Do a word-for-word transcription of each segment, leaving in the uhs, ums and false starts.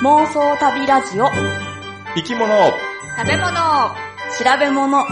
妄想旅ラジオ。 生き物、 食べ物、 調べ物。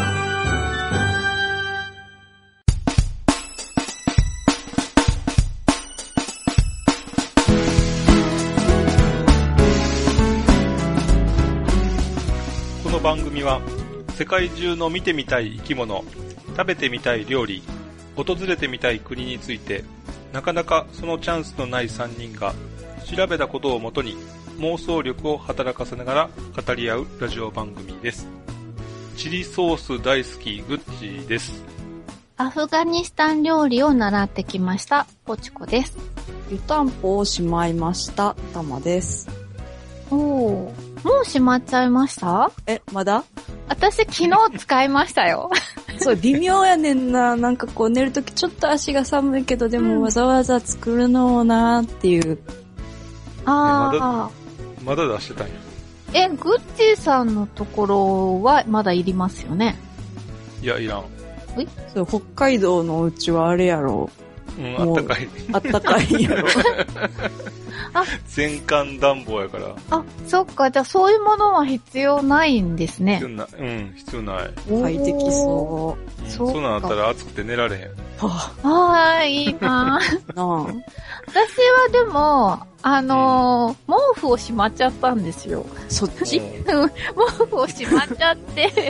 この番組は世界中の見てみたい生き物、食べてみたい料理、訪れてみたい国についてなかなかそのチャンスのないさんにんが調べたことをもとに妄想力を働かせながら語り合うラジオ番組です。チリソース大好きグッチーです。 アフガニスタン料理を習ってきましたポチコです。 湯たんぽをしまいましたタマです。 おお、もうしまっちゃいました？ え、まだ？ 私昨日使いましたよ。 そう、微妙やねんな。なんかこう寝るときちょっと足が寒いけど、でもわざわざ作るのをなーっていう。 ああ。 まだ出してたんや。 え、グッチーさんのところはまだいりますよね？ いや、いらん。 え？ そう、北海道のうちはあれやろ。 うん、あったかい。 あったかいやろ。 あ、 全館暖房やから。 あ、そっか。じゃあそういうものは必要ないんですね。 必要ない。うん、必要ない。 快適そう。 うん、 そうか。 そうなんだったら暑くて寝られへん。 はあ、あー、いいなぁ。 なあ。 私はでも、あのー、毛布をしまっちゃったんですよ。 そっち？ 毛布をしまっちゃって。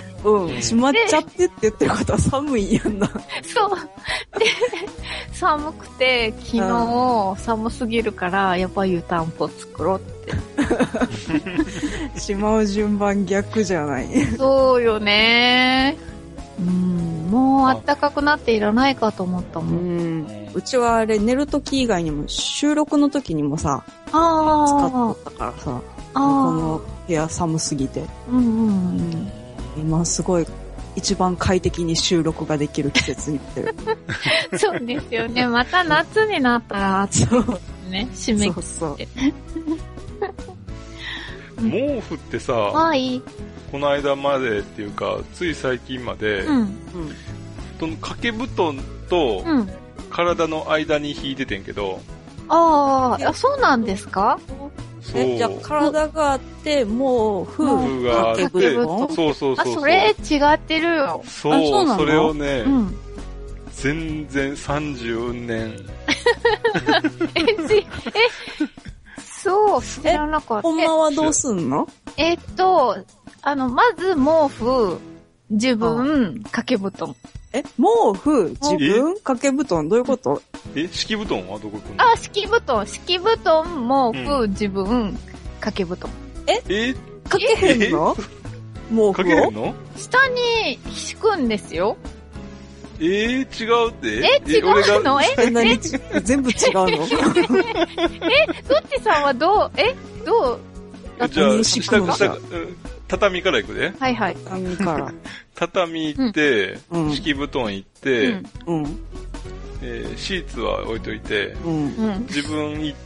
うん。しまっちゃってって言ってることは寒いやんな。 そう。で、寒くて、昨日寒すぎるから、やっぱ湯たんぽ作ろうって。 しまう順番逆じゃない。 そうよね。うん、もうあったかくなっていらないかと思ったもん。 うん。うちはあれ寝るとき以外にも収録のときにもさ、 あ使っとったからさ、この部屋寒すぎて。 うんうんうん。 今すごい一番快適に収録ができる季節になってる。 そうですよね。また夏になったら暑いね。締め切って。そうそう。 毛布ってさ、 はい。 この間までっていうか、つい最近まで、うん、その掛け布団と体の間に引いててんけど。 ああ、そうなんですか？ そう。 え、じゃあ体があって、毛布があって、 そうそうそうそう。 あ、それ違ってるよ。 そう、そうそれをね、うん、全然さんじゅうねん。 え、え、そう、知らなかった。 ほんまはどうすんの？ えっと、あの、まず毛布、自分、掛け布団。 え、毛布、自分、掛け布団、どういうこと？ え、敷布団はどこ行くの？ あ、敷布団、敷布団、毛布、うん、自分、掛け布団。 ええかけへんの？毛布を？ かけへんの？ 下に敷くんですよ。 えー、違うって？ え、違うの？え、 え、何？全部違うの？ え、どっちさんはどう、え、どう？ じゃあ、下、下、畳から行くで。 はいはい。 畳から。 畳行って、うん、敷布団行って、 うんうんえー、シーツは置いといて、 うん、 自分行って、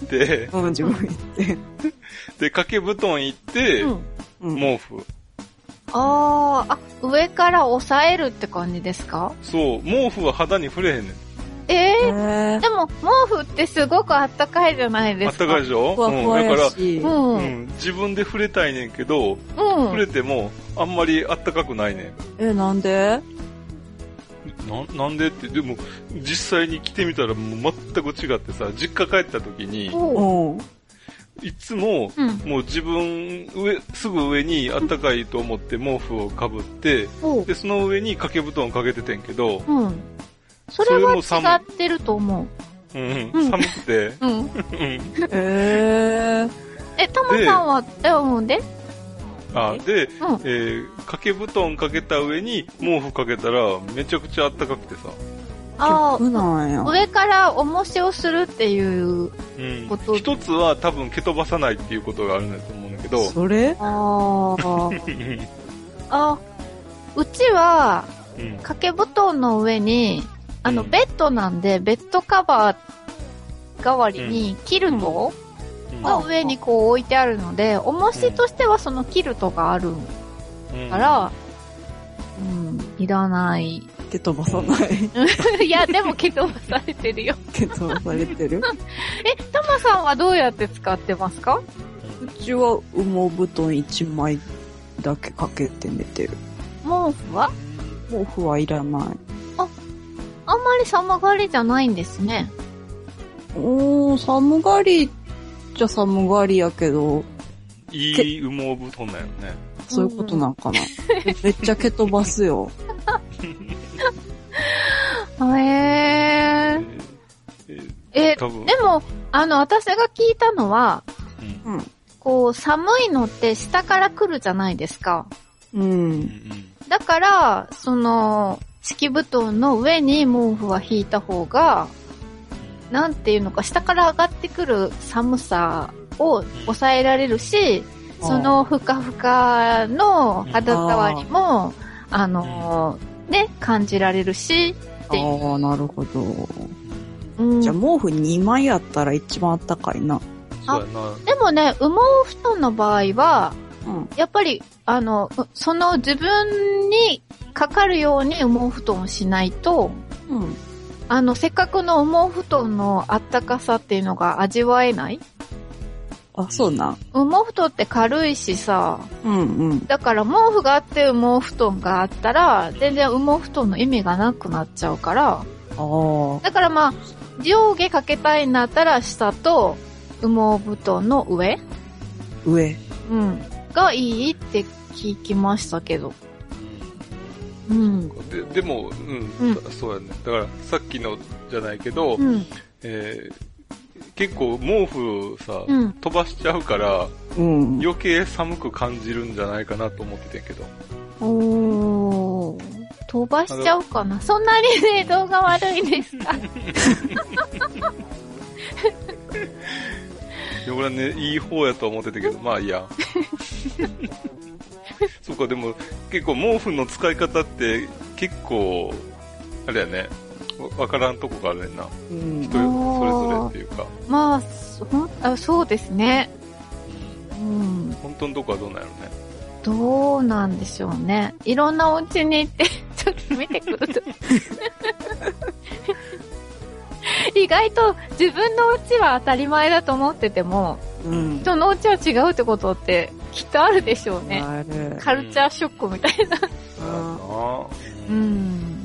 うん、自分行って、 で、掛け布団行って、うん、毛布。 あー、あ、上から押さえるって感じですか？ そう、毛布は肌に触れへんねん。 えー、でも、毛布ってすごくあったかいじゃないですか。 あったかいでしょ？ ふわふわやし、 うん、だから、うんうん、自分で触れたいねんけど、うん、触れてもあんまりあったかくないねん。 え、なんで？ な、なんでって、でも、実際に着てみたらもう全く違ってさ、実家帰った時に、いつも、うん、もう自分、上、すぐ上にあったかいと思って毛布をかぶって、で、その上に掛け布団をかけててんけど、 うん、それは違ってると思う。うん、うん、寒くて。 うん。 えー。 え、たまさんは、え、うん、であ、で、うん、えー、掛け布団かけた上に毛布かけたらめちゃくちゃあったかくてさ。 ああ、 上から重しをするっていうこと、 うん、一つは多分蹴飛ばさないっていうことがあるんだと思うんだけど。 それ？ ああ。うちは、うん、掛け布団の上に、あの、うん、ベッドなんで、ベッドカバー代わりにキルトが上にこう置いてあるので、重しとしてはそのキルトがあるから、うん、うん、いらない。 蹴飛ばさない。 いや、でも蹴飛ばされてるよ。 蹴飛ばされてる？ え、タマさんはどうやって使ってますか？ うちは羽毛布団一枚だけかけて寝てる。 毛布は毛布はいらない。 あ、あんまり寒がりじゃないんですね。 おー、寒がりじゃ寒がりやけど。 いい羽毛布団だよね。 そういうことなんかな。めっちゃ蹴飛ばすよ。 へー。え、でも、あの、私が聞いたのは、うん、こう、寒いのって下から来るじゃないですか。 うん。 だから、その、敷布団の上に毛布は引いた方が、なんていうのか、下から上がってくる寒さを抑えられるし、そのふかふかの肌触りも、あ, あのー、ね、感じられるし、っていう。 ああ、なるほど。うん、じゃあ毛布にまいあったら一番あったかいな。 そうやな。 でもね、羽毛布団の場合は、うん、やっぱり、あの、その自分にかかるように羽毛布団をしないと、うん、あの、せっかくの羽毛布団のあったかさっていうのが味わえない？ あ、そうな。 羽毛布団って軽いしさ、 うんうん。 だから毛布があって羽毛布団があったら、全然羽毛布団の意味がなくなっちゃうから、 あだからまあ、上下かけたいんだったら下と羽毛布団の上上。 うん。がいいって聞きましたけど。うん。 で, でも、うん、うん、そうやね。だからさっきのじゃないけど、うん、えー、結構毛布さ、うん、飛ばしちゃうから、うん、余計寒く感じるんじゃないかなと思ってたけど。 おー。飛ばしちゃうかな。そんなにね、動画悪いんですか？ いや、俺はね、いい方やと思ってたけど、まあいいや。そうか、でも結構毛布の使い方って結構、あれやね、わからんとこがあるねんな。うん、人それぞれっていうか。 まあ、そ, あそうですね。うん。 本当のとこはどうなんやろね。 どうなんでしょうね。いろんなお家に行って、ちょっと見てくると。意外と自分の家は当たり前だと思ってても、うん、人の家は違うってことってきっとあるでしょうね。カルチャーショックみたいな。うん。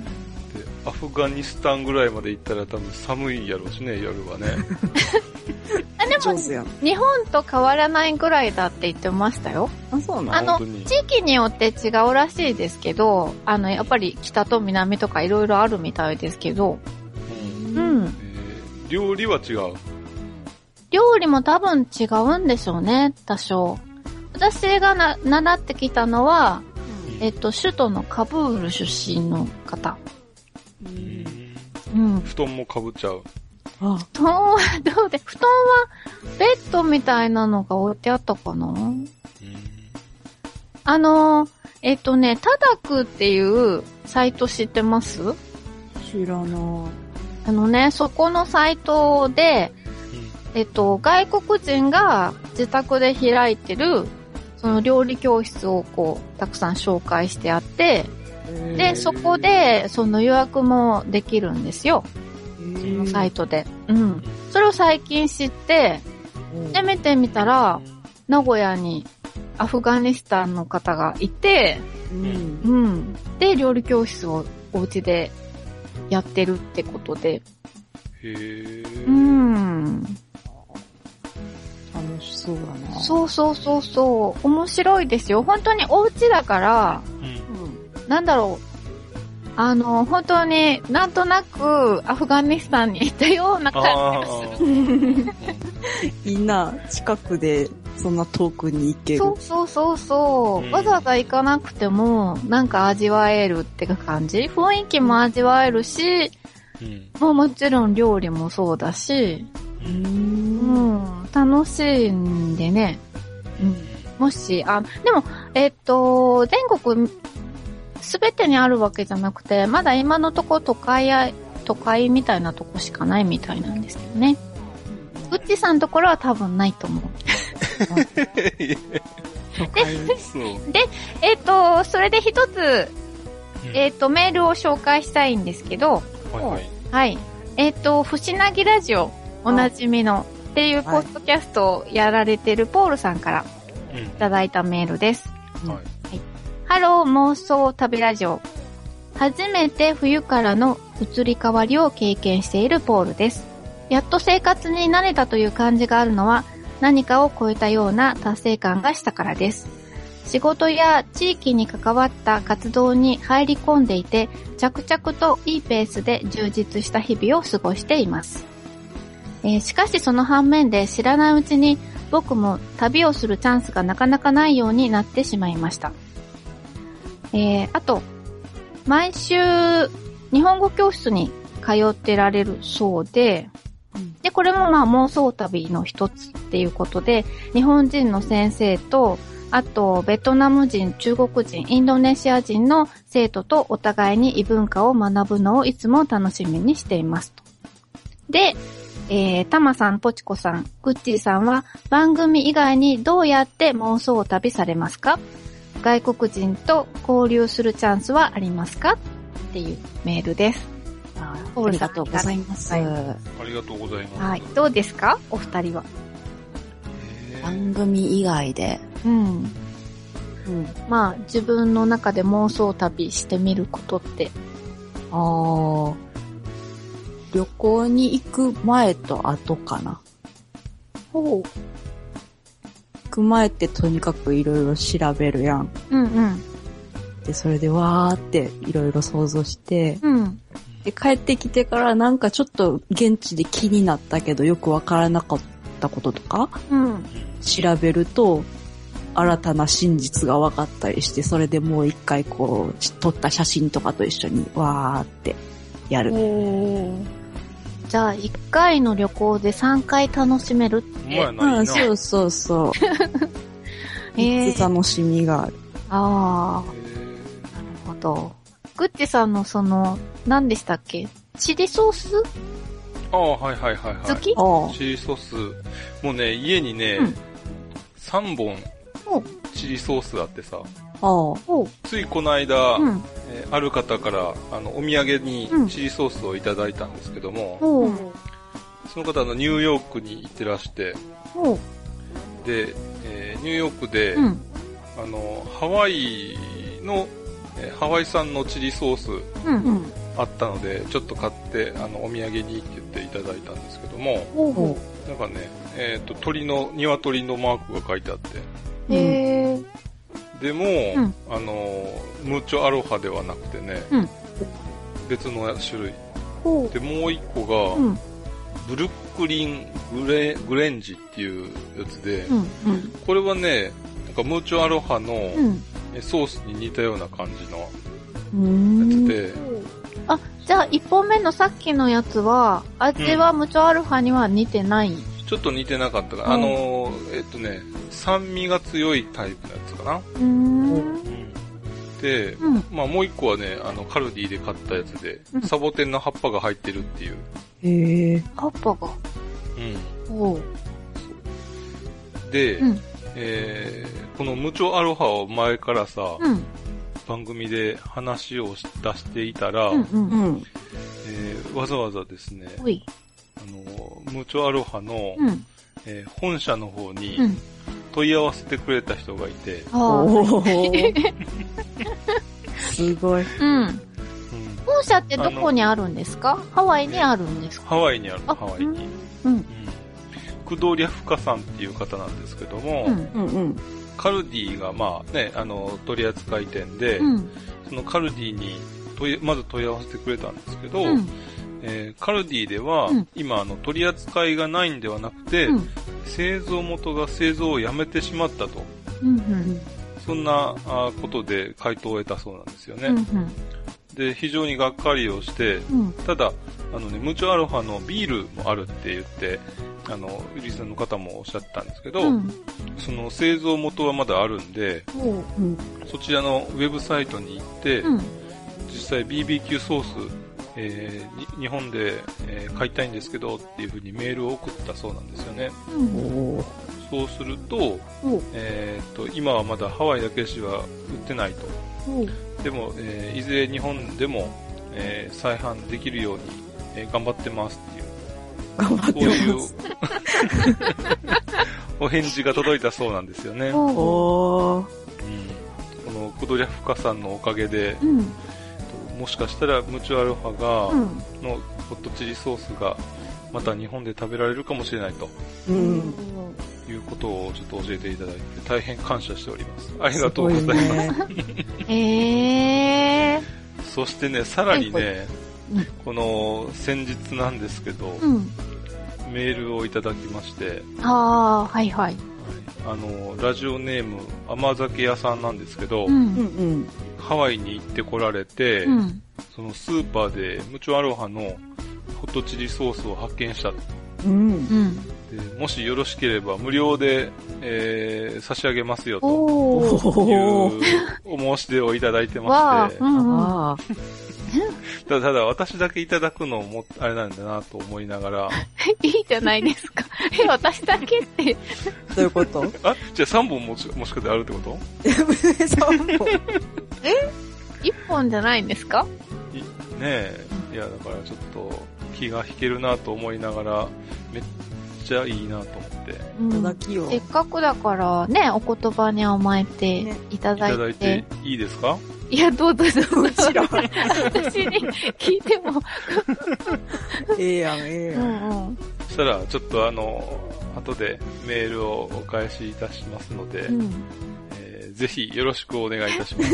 で、アフガニスタンぐらいまで行ったら多分寒いやろうしね、夜はね。 あでも、日本と変わらないぐらいだって言ってましたよ。 あ、そうなの？あの、地域によって違うらしいですけど、あの、やっぱり北と南とかいろいろあるみたいですけど、うん。うんえー、料理は違う？ 料理も多分違うんでしょうね、多少。私がな、習ってきたのは、うん、えっと、首都のカブール出身の方。 うん。うん。布団もかぶっちゃう。 ああ布団はどうで、布団はベッドみたいなのが置いてあったかな、うん、あの、えっとね、タダクっていうサイト知ってます？ 知らない。 あのね、そこのサイトで、えっと、外国人が自宅で開いてる、その料理教室をこう、たくさん紹介してあって、で、そこで、その予約もできるんですよ。そのサイトで。うん。それを最近知って、で、見てみたら、名古屋にアフガニスタンの方がいて、うん。うん。で、料理教室をお家でやってるってことで。 へー。 うん。 楽しそうだな。 そうそうそうそう。面白いですよ。本当にお家だから、うん、なんだろう。あの、本当になんとなくアフガニスタンにいたような感じがする。 いいな、近くでそんな遠くに行ける。 そうそうそうそう、うん。わざわざ行かなくてもなんか味わえるって感じ。雰囲気も味わえるし、うん、もうもちろん料理もそうだし、うーん、うん、楽しいんでね。うん、もし、あ、でも、えっと、全国、すべてにあるわけじゃなくて、まだ今のところ都会や、都会みたいなとこしかないみたいなんですけどね。うっちさんのところは多分ないと思う。で、で、えっと、それで一つ、えっと、メールを紹介したいんですけど、 はいはい。 はい。えっと、ふしなぎラジオ、おなじみの、 っていうポッドキャストをやられてるポールさんからいただいたメールです。 うんはい、 はい。ハロー妄想旅ラジオ。初めて冬からの移り変わりを経験しているポールです。やっと生活に慣れたという感じがあるのは何かを超えたような達成感がしたからです。仕事や地域に関わった活動に入り込んでいて、着々といいペースで充実した日々を過ごしています。えー、しかしその反面で知らないうちに僕も旅をするチャンスがなかなかないようになってしまいました。えー、あと、毎週日本語教室に通ってられるそうで、で、これもまあ妄想旅の一つっていうことで、日本人の先生と、あとベトナム人、中国人、インドネシア人の生徒とお互いに異文化を学ぶのをいつも楽しみにしていますと。で、えー、タマさん、ポチコさん、グッチーさんは番組以外にどうやって妄想旅されますか？外国人と交流するチャンスはありますか？っていうメールです。 あ, ありがとうございます、はい。 ありがとうございます。 はい。どうですか？お二人は。 番組以外で。 うん。うん。まあ、自分の中で妄想旅してみることって。 ああ。旅行に行く前と後かな。 ほう。 行く前ってとにかくいろいろ調べるやん。 うんうん。 で、それでわーっていろいろ想像して、 うん。 で、帰ってきてからなんかちょっと現地で気になったけどよくわからなかったこととか、 うん。 調べると、新たな真実が分かったりして、それでもう一回こう、撮った写真とかと一緒にわーってやる。 じゃあ、一回の旅行で三回楽しめるって。 うん、 そうそうそう。いつ楽しみがある。 ああ。なるほど。グッチさんのその、何でしたっけ？チリソース？ ああ、はいはいはいはい。 好き？ チリソース。もうね、家にね、うん、さんぼんチリソースあってさ。ついこの間、うん、えー、ある方からあのお土産にチリソースをいただいたんですけども、うん、その方のニューヨークに行ってらして、うん、で、えー、ニューヨークで、うん、あのハワイの、えー、ハワイ産のチリソース、うん、あったのでちょっと買ってあのお土産にって言っていただいたんですけども、うん、なんかね、えっと鳥の鶏のマークが書いてあって、 へー。 でも、うん、あのムーチョアロハではなくてね、うん、別の種類で、もう一個が、うん、ブルックリングレグレンジっていうやつで、うんうん、これはね、なんかムーチョアロハの、うん、ソースに似たような感じのやつで、 あ、じゃあ一本目のさっきのやつは味はムーチョアロハには似てない、うん、 ちょっと似てなかったかな、うん、あのえっとね酸味が強いタイプのやつかな。うーん。で、うん、まあもう一個はね、あのカルディで買ったやつで、うん、サボテンの葉っぱが入ってるっていう。 へえ。葉っぱが。 うん。おう。で、うん、えー、このムチョアロハを前からさ、うん、番組で話を出していたら、うんうんうん、えー、わざわざですね、あのムチョアロハの、うん、えー、本社の方に問い合わせてくれた人がいて、うん、おすごい、 うんうん、本社ってどこにあるんですか？ハワイにあるんですか？ ハワイにある、ハワイに、うんうん、クドリャフカさんっていう方なんですけども、うんうんうん、カルディがまあね、あの取扱店で、うん、そのカルディに問いまず問い合わせてくれたんですけど、うんえー、カルディでは、うん、今あの取り扱いがないんではなくて、うん、製造元が製造をやめてしまったと、うんうん、そんなあことで回答を得たそうなんですよね、うんうん、で非常にがっかりをして、うん、ただあのねムチョアロハのビールもあるって言ってあのユリさんの方もおっしゃったんですけど、うん、その製造元はまだあるんで、うん、そちらのウェブサイトに行って、うん、実際 ビービーキュー ソースえー、日本で、えー、買いたいんですけどっていう風にメールを送ったそうなんですよね、うん、そうすると、えー、と今はまだハワイだけしは売ってないと、でも、えー、いずれ日本でも、えー、再販できるように、えー、頑張ってますっていう頑張ってます。こういうお返事が届いたそうなんですよね。 おー。 うん、このクドリャフカさんのおかげで、 うん、 もしかしたらムチュアルファが、のホットチリソースがまた日本で食べられるかもしれないと、うん、いうことをちょっと教えていただいて大変感謝しております。ありがとうございます。 えー、 そしてね、さらにね、うん、この先日なんですけど、うん、メールをいただきまして、 あー、はいはい。 あの、ラジオネーム甘酒屋さんなんですけど、 うんうん、 ハワイに行ってこられて、うん、そのスーパーでムチュアロハのホットチリソースを発見した。 うんでもしよろしければ無料で、えー、差し上げますよというお申し出をいただいてまして、 うんうん、 ただただ私だけいただくのもあれなんだなと思いながらいいじゃないですか。え、私だけってどういうこと？ あ、じゃあさんぼんもしもしかしてあるってこと？ さんぼんえ？いっぽんじゃないんですか？ いねえ、いやだからちょっと気が引けるなと思いながらめっちゃいいなと思って、 うん、いただきよ。 せっかくだからね、お言葉に甘えていただいて、ね、いただいていいですか？ いや、どうぞどうぞ。もちろん。私に聞いても。 ええやん、ええやん。うんうん。 そしたら、ちょっとあの、後でメールをお返しいたしますので、うんえー、ぜひよろしくお願いいたします。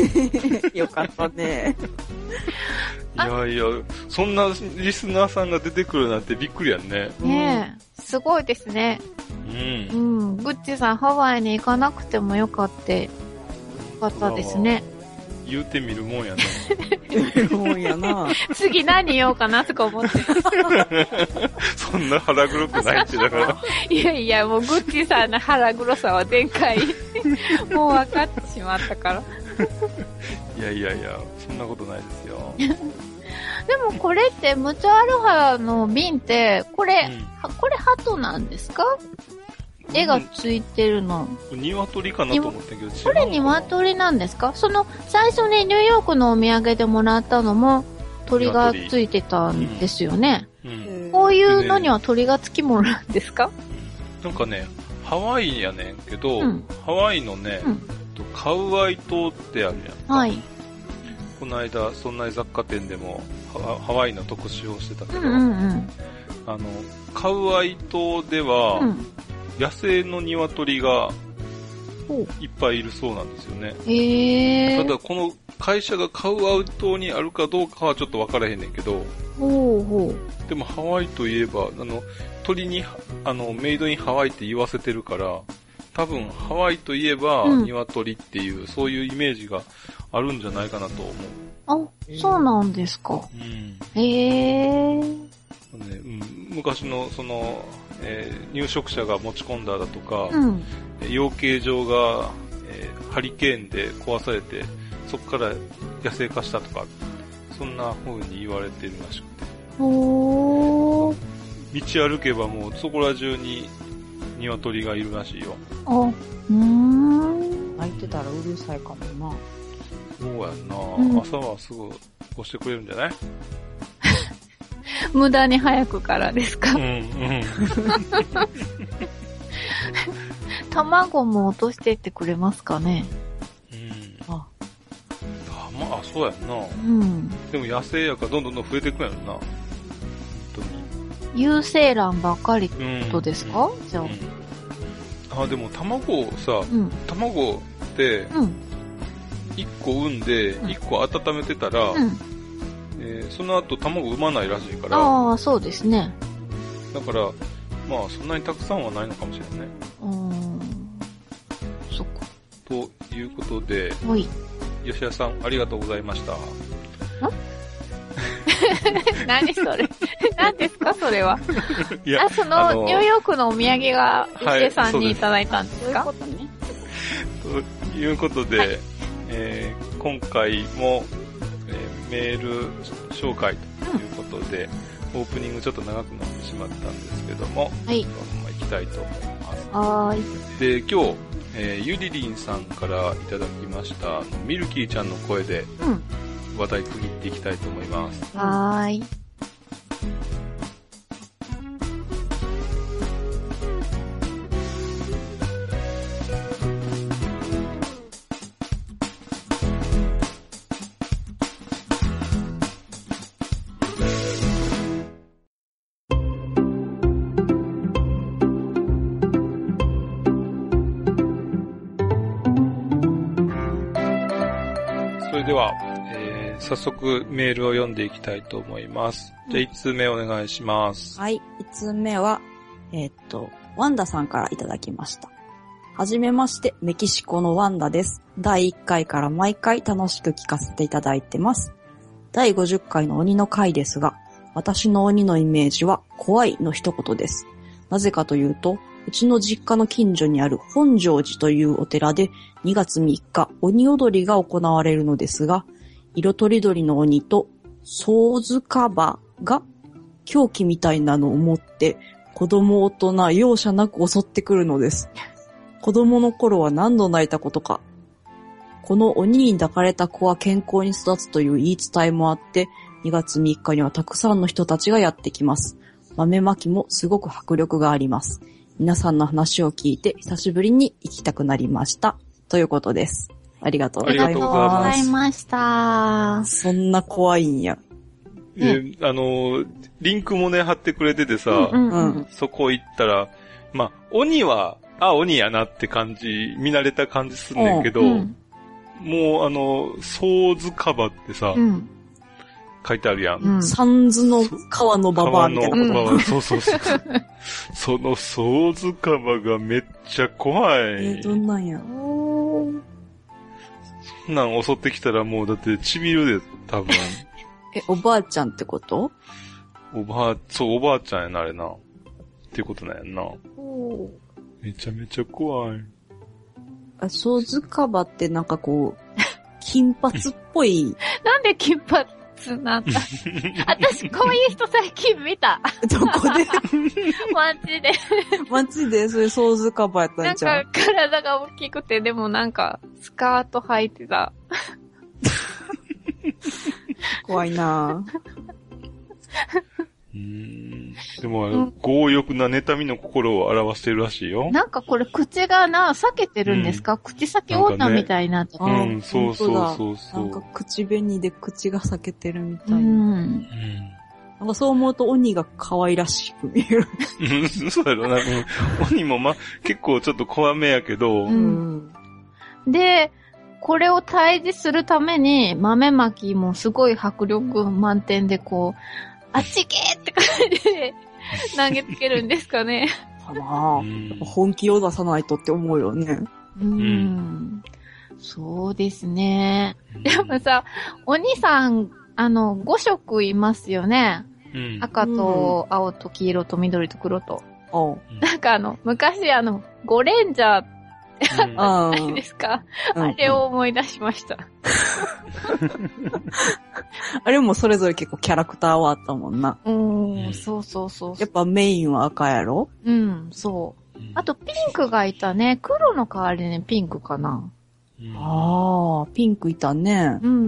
よかったね。 いやいや、そんなリスナーさんが出てくるなんてびっくりやんね。 ねえ、すごいですね。 うん。 うん。グッチさん、ハワイに行かなくてもよかった、よかったですね。 言うてみるもんやな。 言うてみるもんやな。 次何言おうかなとか思って。 そんな腹黒くないってだから。 いやいや、もうグッチさんの腹黒さは全開。もう分かってしまったから。 いやいやいや、そんなことないですよ。 でもこれってムチュアルハの瓶って、これ、うん、これ鳩なんですか？絵がついてるの。 鶏かなと思ったけど、違うのかな。 これ鶏なんですか？その、最初にニューヨークのお土産でもらったのも、鳥がついてたんですよね。うんうん、こういうのには鳥がつきものなんですか？ なんかね、ハワイやねんけど、うん、ハワイのね、うん、カウアイ島ってあるやんか。はい。この間、そんな雑貨店でもハ、ハワイの特集をしてたけど、うんうんうん、あの、カウアイ島では、うん野生の鶏がいっぱいいるそうなんですよね。 へー。 ただこの会社がカウアイ島にあるかどうかはちょっと分からへんねんけど。 ほうほう。 でもハワイといえば、あの、鳥に、あの、メイドインハワイって言わせてるから、多分ハワイといえば鶏っていう、うん、そういうイメージがあるんじゃないかなと思う。あ、そうなんですか。 うん。 へー。 ねうん、昔のその、えー、入植者が持ち込んだだとか、うん、養鶏場が、えー、ハリケーンで壊されてそこから野生化したとかそんな風に言われてるらしくてお道歩けばもうそこら中に鶏がいるらしいよ。 あ、うーん開いてたらうるさいかもな。 そうやんな、うん、朝はすぐ押してくれるんじゃない？ 無駄に早くからですか？うん、うん。卵も落としていってくれますかね？ うん。あ、たま、あ、そうやんな。 うん。 でも野生やからどんどんどん増えていくんやろな。本当に。有精卵ばっかりってことですか？うん、じゃあ、 うん。あ、でも卵をさ、うん、卵で、いっこ産んで、いっこ温めてたら、うんえー、その後卵産まないらしいから。 ああ、そうですね。 だから、まあそんなにたくさんはないのかもしれないね。 うーん。そっか。 ということで、 はい。 吉谷さん、ありがとうございました。 何それ何ですかそれは。いや、あ、その、あのー、ニューヨークのお土産が吉谷さんにいただいたんですか？ はい、そういうことね。 ということで、はい、えー、今回も、メール紹介ということで、うん、オープニングちょっと長くなってしまったんですけども、 はい、 そのまま行きたいと思います。 はーい。で、今日、えー、ゆりりんさんからいただきました、ミルキーちゃんの声で、話題区切っていきたいと思います。 はーい。 では、えー、早速メールを読んでいきたいと思います。じゃあいちつめお願いします。 はい、いつつめは、えー、っと、ワンダさんからいただきました。はじめまして、メキシコのワンダです。だいいっかいから毎回楽しく聞かせていただいてます。だいごじゅっかいの鬼の回ですが、私の鬼のイメージは怖いの一言です。なぜかというと、うちの実家の近所にある本庄寺というお寺でにがつみっか鬼踊りが行われるのですが、色とりどりの鬼とソウズカバが凶器みたいなのを持って子供大人容赦なく襲ってくるのです。子供の頃は何度泣いたことか。この鬼に抱かれた子は健康に育つという言い伝えもあって、にがつみっかにはたくさんの人たちがやってきます。豆まきもすごく迫力があります。皆さんの話を聞いて久しぶりに行きたくなりました。ということです。ありがとうございます。 ありがとうございました。 そんな怖いんや。 で、うん、あの、リンクもね、貼ってくれててさ、 うんうんうん、 そこ行ったら、まあ、鬼は、あ、鬼やなって感じ、見慣れた感じすんねんけど、うん、もうあの、ソウズカバってさ、うん、書いてあるやん。 うん、三途の川のババアみたいなこと。 川のババア、そうそうそう。そのソウズカバがめっちゃ怖い。 え、どんなんや。 そんなん襲ってきたらもうだってちびるで、多分。 え、おばあちゃんってこと？ おばあ、そう、おばあちゃんやな、あれな。っていうことなんやんな。めちゃめちゃ怖い。 あ、ソウズカバってなんかこう、金髪っぽい。 なんで金髪なんだ私こういう人最近見た。 どこでマジで。 マジでそれソウズカバやったんじゃん。 なんか体が大きくて、でもなんかスカート履いてた。 怖いなぁ。 うーんでも、うん、強欲な妬みの心を表してるらしいよ。 なんかこれ口がな、裂けてるんですか、うん、口裂け女みたいになってる。うん、そうそうそうそう。 なんか口紅で口が裂けてるみたいな。うん。なんかそう思うと鬼が可愛らしく見える。 そうやろな。鬼もま、結構ちょっと怖めやけど。 うん。で、これを退治するために豆まきもすごい迫力満点でこう、あっち行けって感じで投げつけるんですかね。 かなぁ。本気を出さないとって思うよね。 うん。うん、そうですね。でもさ、鬼さん、あの、ご色いますよね。うん、赤と青と黄色と緑と黒と。うん、なんかあの、昔あの、ゴレンジャーってあったじゃないですか。うん、あれを思い出しました。 あれもそれぞれ結構キャラクターはあったもんな。 うん、そうそうそう。 やっぱメインは赤やろ？ うん、そう。あとピンクがいたね。黒の代わりにピンクかな。 うん、ああ、ピンクいたね。 うん。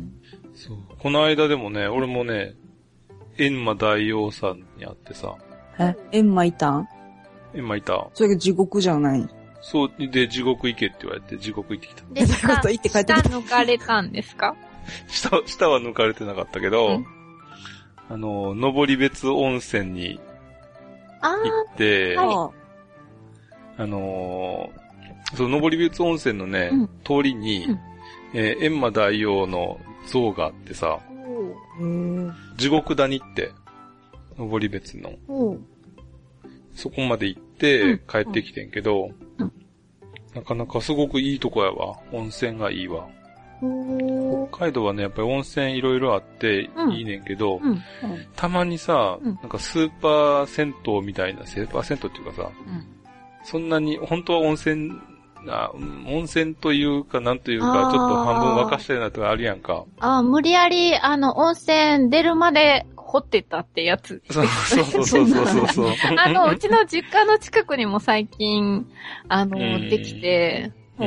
そう。この間でもね、俺もね、閻魔大王さんに会ってさ。 え、閻魔いたん？ 閻魔いた。 それが地獄じゃない？ そう、で、地獄行けって言われて、地獄行ってきた。 で、下、下抜かれたんですか？ 下、下は抜かれてなかったけど、うん、あの、登別温泉に行って、あ、はい、あのー、その登別温泉のね、うん、通りに、うん、えー、閻魔大王の像があってさ、地獄谷って、登別の。そこまで行って帰ってきてんけど、うん、なかなかすごくいいとこやわ。温泉がいいわ。北海道はね、やっぱり温泉いろいろあっていいねんけど、うんうん、たまにさ、うん、なんかスーパー銭湯みたいな、スーパー銭湯っていうかさ、そんなに、本当は温泉、あ温泉というか、なんというか、ちょっと半分沸かしたようなとかあるやんか。 ああ、無理やり、あの、温泉出るまで掘ってたってやつ。 そうそうそうそうそうそう。 あの、うちの実家の近くにも最近、あの、できて、うん、うん。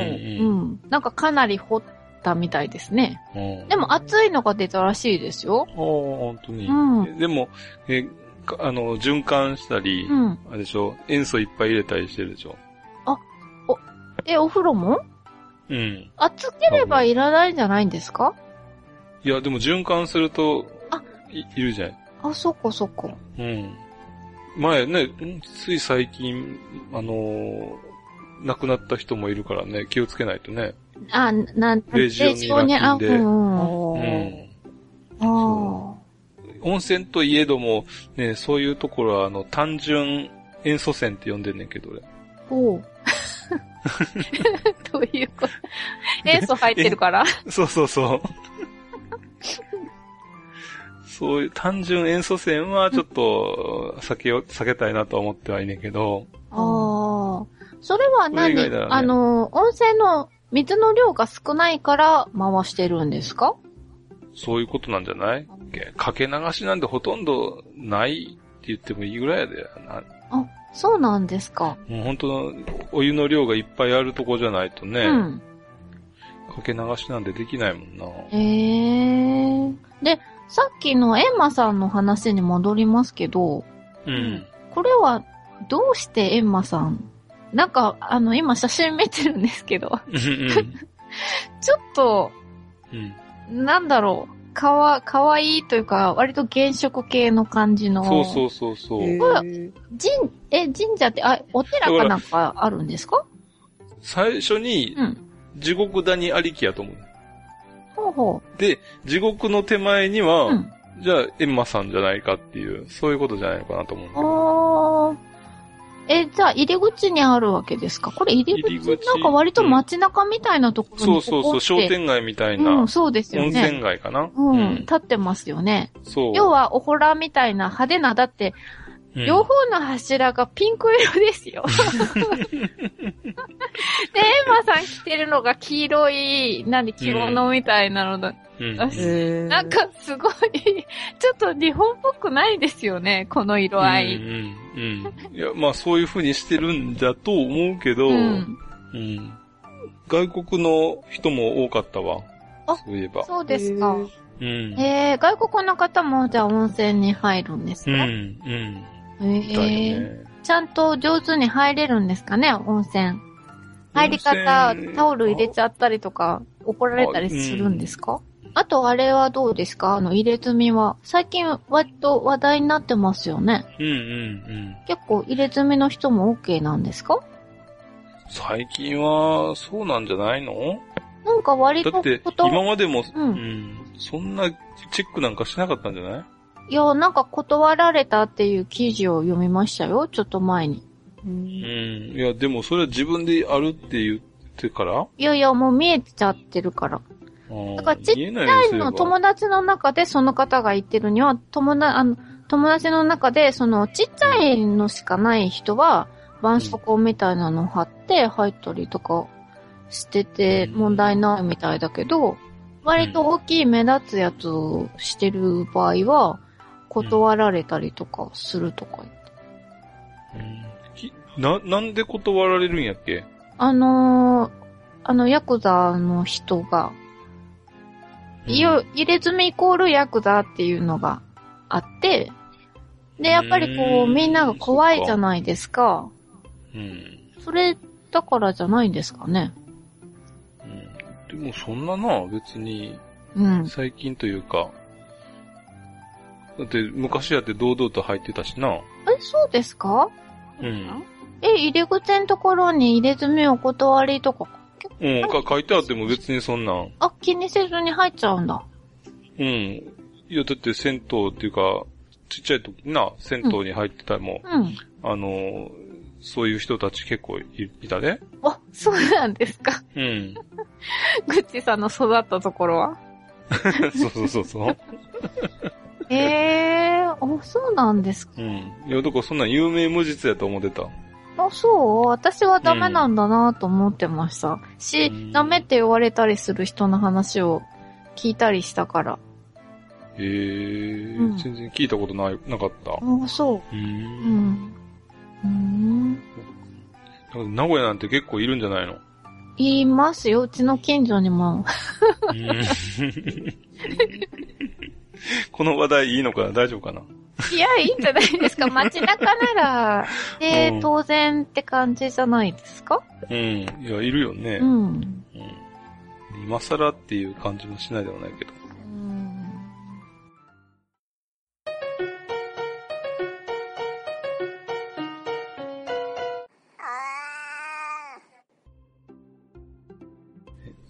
なんかかなり掘ったみたいですね。でも熱いのが出たらしいですよ。 ああ、本当に。うん。でも、え、あの、循環したり、うん、あれでしょ、塩素いっぱい入れたりしてるでしょ。 あ、お、え、お風呂も？ うん。 熱ければいらないんじゃないんですか？ いや、でも循環すると、あ、い、いるじゃない。 あ、そっかそっか。 うん。前ね、つい最近、あのー、亡くなった人もいるからね、気をつけないとね。 あ、なん、 レジオネラ菌で。 うん。 うん。 ああ。 温泉といえども、ね、そういうところは、あの、単純塩素泉って呼んでんねんけど、俺。 おう。どういうこと？塩素入ってるからそうそうそう。そういう単純塩素泉はちょっと避けよ、避けたいなとは思ってはいねんけど。 ああ。それは何、ね、あの、温泉の水の量が少ないから回してるんですか？ そういうことなんじゃない？かけ流しなんでほとんどないって言ってもいいぐらいやで。 あ、そうなんですか。 もう本当のお湯の量がいっぱいあるとこじゃないとね。うん。かけ流しなんでできないもんな。 へえ。で、さっきのエンマさんの話に戻りますけど。 うん。 これはどうしてエンマさん、なんかあの今写真見てるんですけど。 うん、ちょっと、 うん、 なんだろう。かわ、かわいいというか、割と原色系の感じの。 そうそうそうそう。 これ、神、え、神社って、あ、お寺かなんかあるんですか？ 最初に、地獄谷ありきやと思う。 ほうほう。で、地獄の手前には、うん、じゃあ、エンマさんじゃないかっていう、そういうことじゃないのかなと思うんだけど。 あー。え、じゃあ入り口にあるわけですか？これ入り口、入り口なんか割と街中みたいなところに、 うん、そうそうそう、商店街みたいな。 うん、そうですよね。 温泉街かな、 うん、うん、立ってますよね。 そう。 要はお祠みたいな派手な、だって、うん、両方の柱がピンク色ですよ。で、エンマさん着てるのが黄色い、何、着物みたいなのだ。うん、なんかすごい、ちょっと日本っぽくないですよね、この色合い。 うんうんうん、いや、まあそういう風にしてるんだと思うけど、うんうん、外国の人も多かったわ。そういえば。 そうですか。 うん、 えー、外国の方もじゃあ温泉に入るんですか？ うん、うん。 えーね、ちゃんと上手に入れるんですかね、温泉。入り方、タオル入れちゃったりとか、怒られたりするんですか？あとあれはどうですか？あの入れ墨は。最近割と話題になってますよね。 うんうんうん。 結構入れ墨の人も OK なんですか？ 最近はそうなんじゃないの？ なんか割と。 だって今までも、うん、うん、そんなチェックなんかしなかったんじゃない？ いや、なんか断られたっていう記事を読みましたよ、ちょっと前に。 うん。うん、いや、でもそれは自分であるって言ってから？ いやいや、もう見えちゃってるから。だからちっちゃいの友達の中でその方が言ってるには、友達、あの、友達の中でそのちっちゃいのしかない人は、絆創膏みたいなのを貼って入ったりとかしてて問題ないみたいだけど、割と大きい目立つやつをしてる場合は、断られたりとかするとか言って。うん、な、なんで断られるんやっけ？ あのー、あの、ヤクザの人が、いよ、入れ墨イコールヤクザっていうのがあって、で、やっぱりこう、みんなが怖いじゃないですか。 うん。 それだからじゃないんですかね。 うん。でもそんなな、別に、 うん。 最近というか、だって昔やって堂々と入ってたしな。え、 そうですか？ うん。 え、入り口のところに入れ墨お断りとか。 うん、か書いてあっても別にそんなん。 あ、気にせずに入っちゃうんだ。 うん。いや、だって銭湯っていうか、ちっちゃい時な、銭湯に入ってたらもう、 うん、 あの、そういう人たち結構 い, いたね。 あ、そうなんですか。 うん。 グッチさんの育ったところはそうそうそうそう。 ええー、あ、そうなんですか。 うん。いや、だからそんなん有名無実やと思ってた。 あ、そう？私はダメなんだなと思ってました。うん、し、ダメって言われたりする人の話を聞いたりしたから。 へえー、うん、全然聞いたことない、なかった。 あ、そう。 うーん。 うん。うーん。 名古屋なんて結構いるんじゃないの？ いますよ。うちの近所にも。 この話題いいのかな？大丈夫かな？ いや、いいんじゃないですか。街中なら、えーうん、当然って感じじゃないですか？ うん。いや、いるよね。 うん。うん、 今更っていう感じもしないでもないけど。 うん。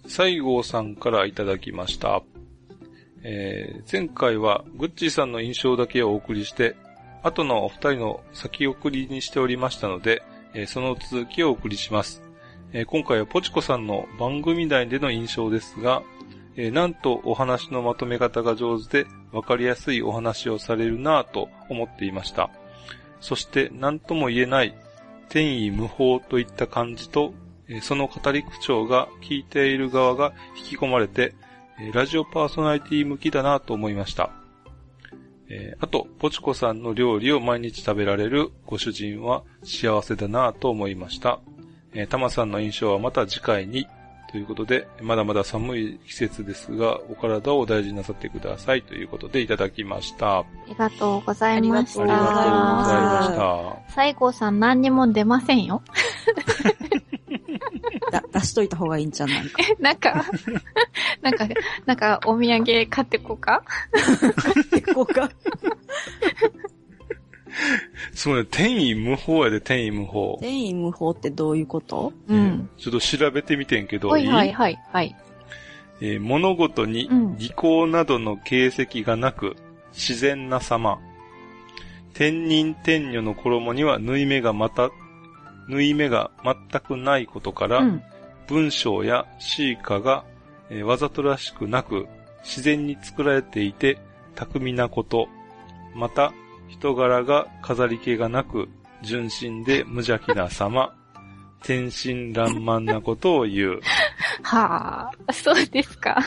西郷さんからいただきました。えー、前回はグッチーさんの印象だけをお送りして、後のお二人の先送りにしておりましたので、えー、その続きをお送りします。えー、今回はポチコさんの番組内での印象ですが、えー、なんとお話のまとめ方が上手で分かりやすいお話をされるなぁと思っていました。そして何とも言えない天衣無縫といった感じと、その語り口調が聞いている側が引き込まれて、ラジオパーソナリティ向きだなと思いました。あと、ポチコさんの料理を毎日食べられるご主人は幸せだなと思いました。タマさんの印象はまた次回にということで、まだまだ寒い季節ですが、お体をお大事になさってくださいということでいただきました。 ありがとうございました。 ありがとうございました。西郷さん何にも出ませんよ。 だ出しといた方がいいんじゃないか。 なんか、なんか、なんかお土産買ってこうか買ってこうか。 そうね、天衣無縫やで、天衣無縫。 天衣無縫ってどういうこと？ うん。 ちょっと調べてみてんけど、 はいはいはい、はい。 えー、物事に技巧などの形跡がなく、自然な様。天人天女の衣には縫い目がまた、縫い目が全くないことから、うん、文章や詩歌が、えー、わざとらしくなく、自然に作られていて、巧みなこと。また、人柄が飾り気がなく、純真で無邪気な様。天真爛漫なことを言う。 はあ、そうですか。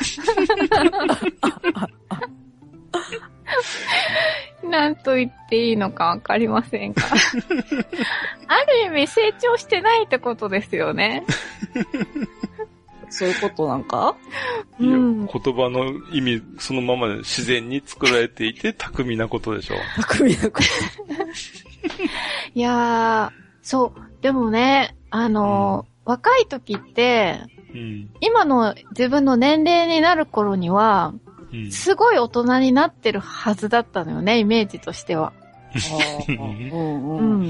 なんと言っていいのかわかりませんが。ある意味成長してないってことですよね。 そういうことなんか？ いや、うん、言葉の意味そのままで自然に作られていて巧みなことでしょ。 巧みなこと。 いやー、そう、でもね、あの、うん、若い時って、うん、今の自分の年齢になる頃には、うん、すごい大人になってるはずだったのよね、イメージとしては。うん、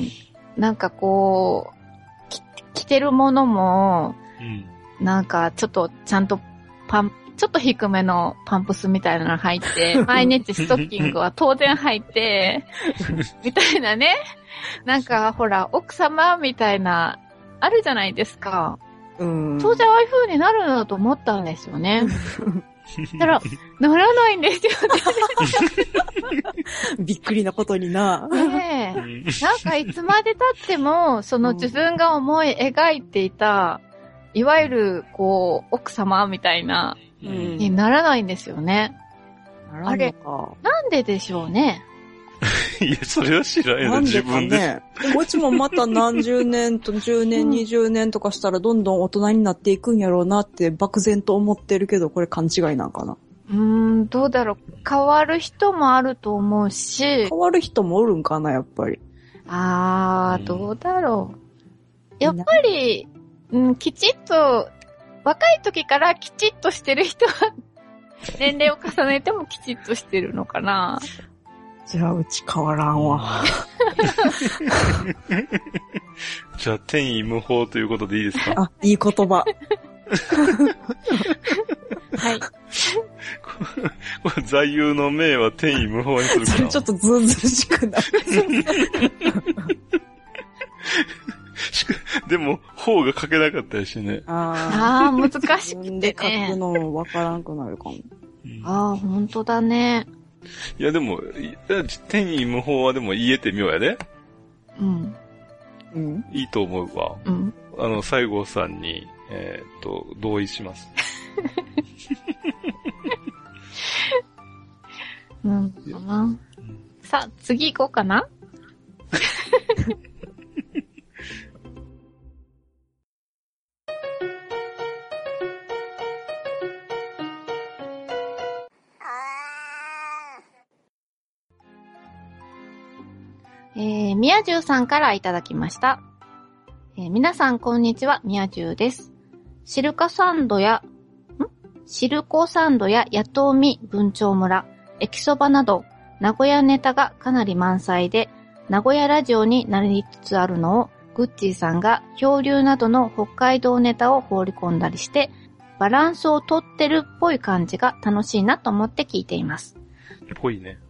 なんかこう、着てるものも、うんなんか、ちょっと、ちゃんと、パン、ちょっと低めのパンプスみたいなの入って、毎日ストッキングは当然入って、みたいなね。なんか、ほら、奥様みたいな、あるじゃないですか。うん。当然ああいう風になるんだと思ったんですよね。たら、ならないんですよね。 びっくりなことにな。 ねえ。なんか、いつまで経っても、その自分が思い描いていた、いわゆる、こう、奥様みたいな、うん、にならないんですよね。 ならんのか。 あれ、なんででしょうね。 いや、それは知らんよね、自分で。 ね、でもうちもまた何十年とじゅうねん、にじゅうねんとかしたらどんどん大人になっていくんやろうなって漠然と思ってるけど、これ勘違いなんかな。 うーん、どうだろう。変わる人もあると思うし。 変わる人もおるんかな、やっぱり。 あー、どうだろう。やっぱり、うん、きちっと、若い時からきちっとしてる人は、年齢を重ねてもきちっとしてるのかな。 じゃあ、うち変わらんわ。 じゃあ、天衣無縫ということでいいですか？ あ、いい言葉。 はい。 これ座右の銘は天衣無縫にするかな。 ちょっとずうずうしくなる。 でも、方が書けなかったりしてね。 ああ、難しくてね。 自分で書くのわからんくなるかも。 うん、ああ、ほんとだね。 いやでも、天衣無縫はでも言えてみようやで。 うん。 うん。 いいと思うわ。 うん。 あの、西郷さんに、えー、っと、同意します。 なんかな。うん、さあ、次行こうかな。えー、みやじゅうさんからいただきました。えー、皆さんこんにちは、みやじゅうです。シルカサンドや、んシルコサンドや野党見文鳥村、駅そばなど、名古屋ネタがかなり満載で、名古屋ラジオになりつつあるのを、グッチーさんが漂流などの北海道ネタを放り込んだりして、 バランスをとってるっぽい感じが楽しいなと思って聞いています。 ぽいね。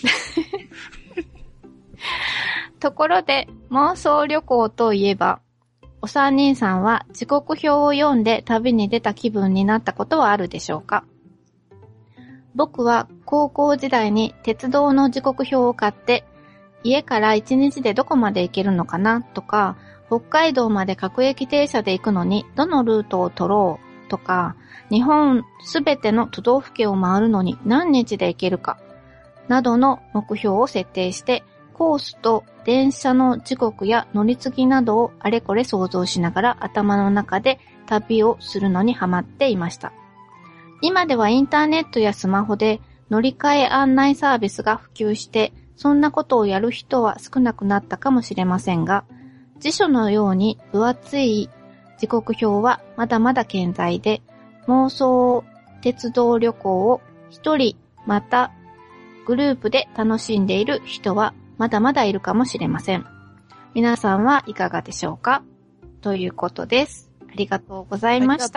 ところで、妄想旅行といえば、お三人さんは時刻表を読んで旅に出た気分になったことはあるでしょうか？僕は高校時代に鉄道の時刻表を買って、家から一日でどこまで行けるのかなとか、北海道まで各駅停車で行くのにどのルートを取ろうとか、日本すべての都道府県を回るのに何日で行けるか、などの目標を設定して、コースと電車の時刻や乗り継ぎなどをあれこれ想像しながら頭の中で旅をするのにハマっていました。今ではインターネットやスマホで乗り換え案内サービスが普及して、そんなことをやる人は少なくなったかもしれませんが、辞書のように分厚い時刻表はまだまだ健在で、妄想鉄道旅行を一人またグループで楽しんでいる人はまだまだいるかもしれません。皆さんはいかがでしょうか？ということです。ありがとうございました。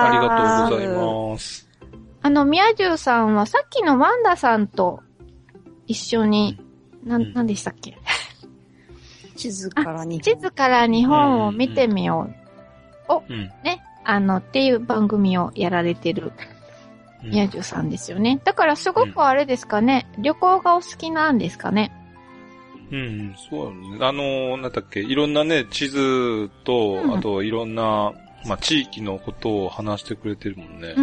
ありがとうございます。 あの、宮中さんはさっきのワンダさんと一緒に、な、ん、なんでしたっけ？ 地図から日本。 地図から日本を見てみよう。を、 うん、 ね、あの、っていう番組をやられてる宮中さんですよね。だからすごくあれですかね、うん、旅行がお好きなんですかね。 うん、そうね。あの、なんだっけ、いろんなね、地図と、うん、あといろんな、まあ、地域のことを話してくれてるもんね。 うん。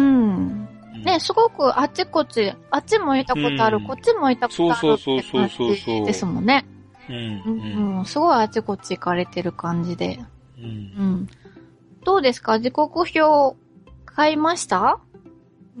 ね、すごくあっちこっち、あっちも行ったことある、うん、こっちも行ったことあるって感じですもんね。 うん。うんうん、すごいあっちこっち行かれてる感じで。 うん。 うん。どうですか？時刻表買いました？ うん、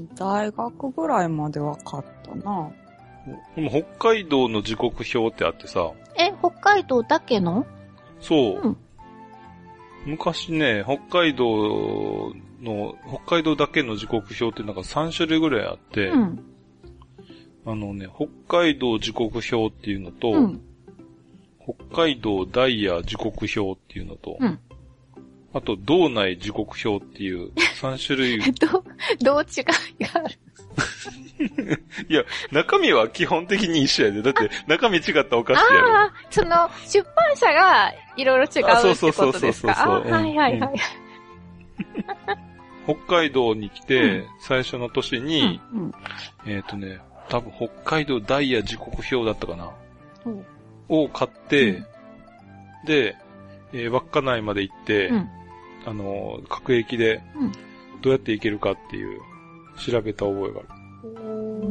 大学ぐらいまでは買ったな。 でも北海道の時刻表ってあってさ。 え、北海道だけの？ そう。うん、昔ね、北海道の、北海道だけの時刻表ってなんかさん種類ぐらいあって、うん、あのね、北海道時刻表っていうのと、うん、北海道ダイヤ時刻表っていうのと、うん、あと道内時刻表っていうさん種類。 ど、どう違いがある？ いや、中身は基本的に一緒やで。だって、中身違ったらおかしいやろ。 ああ、その、出版社がいろいろ違うってことですか？そうそうそうそうそう。はいはいはい。うん、 北海道に来て、うん、最初の年に、うんうん、えっ、ー、とね、多分北海道ダイヤ時刻表だったかな。うん、を買って、うん、で、えー、稚内まで行って、うん、あの、各駅で、どうやって行けるかっていう、調べた覚えがある。うん、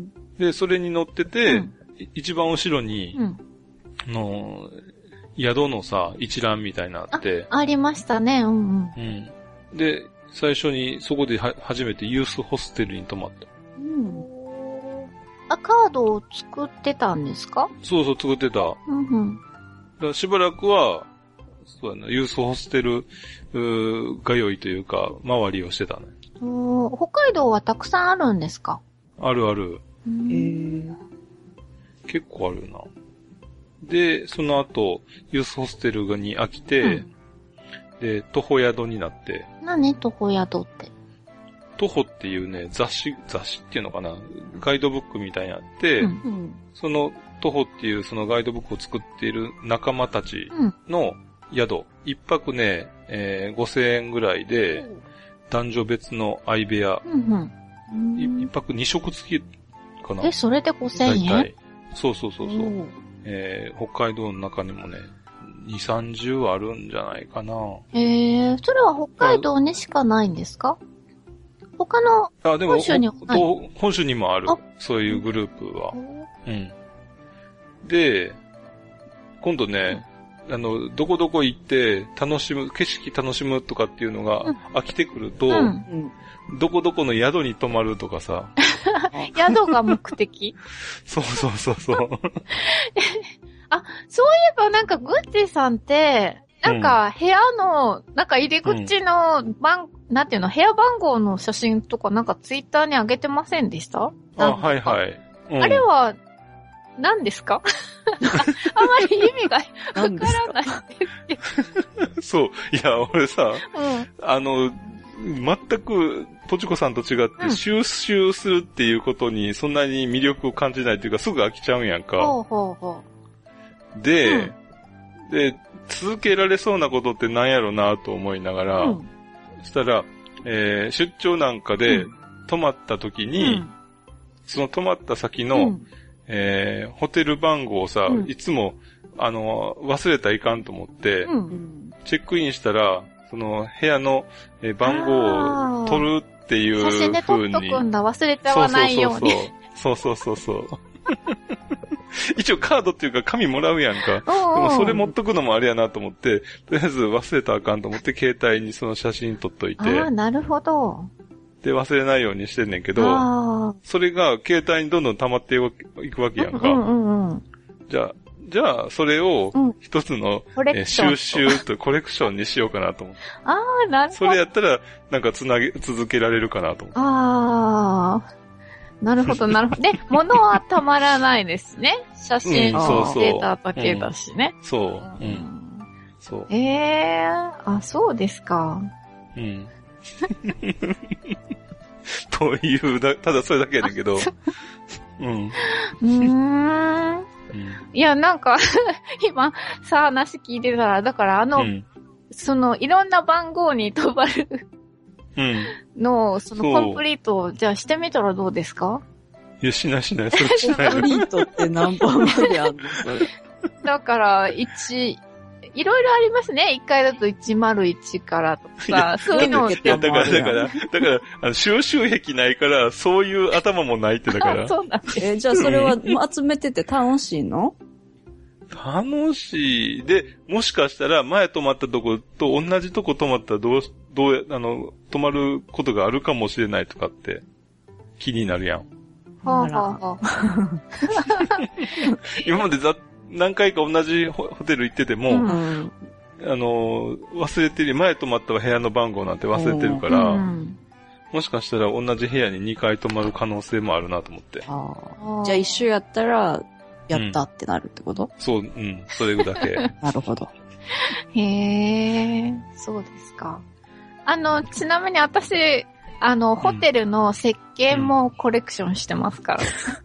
で、それに乗ってて、うん、一番後ろに、うん、の、宿のさ、一覧みたいなのあって。 あ、ありましたね、うんうん。 うん。で、最初にそこでは初めてユースホステルに泊まった。うん。 あ、カードを作ってたんですか？ そうそう、作ってた。うんうん。だからしばらくは、そうだな、ユースホステル、うー、通いというか、周りをしてたね。 北海道はたくさんあるんですか？ あるある。へー。結構あるな。で、その後、ユースホステルに飽きて、うん、で、徒歩宿になって。 何徒歩宿って？ 徒歩っていうね、雑誌、雑誌っていうのかな、ガイドブックみたいにあって、うんうん、その徒歩っていうそのガイドブックを作っている仲間たちの宿、うん、一泊ね、えー、ごせんえんぐらいで、うん、男女別の相部屋、うんうん、一泊二食付きかな。 え、それでごせんえん？大体。 そうそうそうそう。えー、北海道の中にもね、に、さんじゅうあるんじゃないかな。 へー、それは北海道にしかないんですか？他の本州にはない？あ、でも、 本州にもある。そういうグループは。うん。で、今度ね、うん、あの、どこどこ行って楽しむ、景色楽しむとかっていうのが飽きてくると、うん、どこどこの宿に泊まるとかさ。 宿が目的？ そうそうそうそう。 あ、そういえばなんかグッチさんって、なんか部屋の、なんか入り口の番、うん、なんていうの、部屋番号の写真とかなんかツイッターに上げてませんでした？ あ、はいはい。 うん、あれは、何ですか？あまり意味がわからないんですけど。 そう。いや、俺さ、うん、あの、 全く、とちこさんと違って、収集するっていうことにそんなに魅力を感じないというか、すぐ飽きちゃうんやんか。 ほうほうほう。で、うん、で、続けられそうなことって何やろなと思いながら、うん、そしたら、えー、出張なんかで泊まった時に、うん、その泊まった先の、うん、えー、ホテル番号をさ、うん、いつも、あの、忘れたらいかんと思って、うん、チェックインしたら、その部屋の番号を取るっていう風に。写真で撮っとくんだ、忘れちゃわないように。そうそうそうそう。そうそうそう一応カードっていうか紙もらうやんか。でもそれ持っとくのもあれやなと思って、とりあえず忘れたらあかんと思って携帯にその写真撮っといて。 ああ、なるほど。 で、忘れないようにしてんねんけど、それが携帯にどんどん溜まっていくわけやんか。うんうんうん、じゃあ、じゃあ、それを一つの、うんえー、収集とコレクションにしようかなと思って。 ああ、なるほど。 それやったら、なんかつなげ、続けられるかなと思って。 ああ、なるほど、なるほど。で、物はたまらないですね。写真、うん、そうそうデータだけだしね。 うん、そう。うん。そう。 ええー、あ、そうですか。 うん。というだ、ただそれだけやねんけど。うん。 うーん。いや、なんか、今、さ、話聞いてたら、だからあの、うん、その、いろんな番号に飛ばるのを、うん、その、コンプリートを、じゃあしてみたらどうですか？ いや、しないしない、それしない。 コンプリートって何番まであるのそれ。 だから、いち、いろいろありますね。いっかいだといちまるいちからとか、そういうのを。 いや、だから、だから、だから、あの、収集癖ないから、そういう頭もないってだから。 そうなんです。 えー、じゃあそれは集めてて楽しいの？ 楽しい。で、もしかしたら、前泊まったとこと同じとこ泊まったらどう、どう、あの、泊まることがあるかもしれないとかって、気になるやん。 はぁはぁはぁ。 今までざ何回か同じホテル行ってても、うん、あの、忘れてる、前泊まった部屋の番号なんて忘れてるから、うん、もしかしたら同じ部屋ににかい泊まる可能性もあるなと思って。 あじゃあ一周やったら、やったってなるってこと、 うん、そう、うん、それだけ。 なるほど。 へえ、そうですか。あの、ちなみに私、あの、ホテルの石鹸もコレクションしてますから。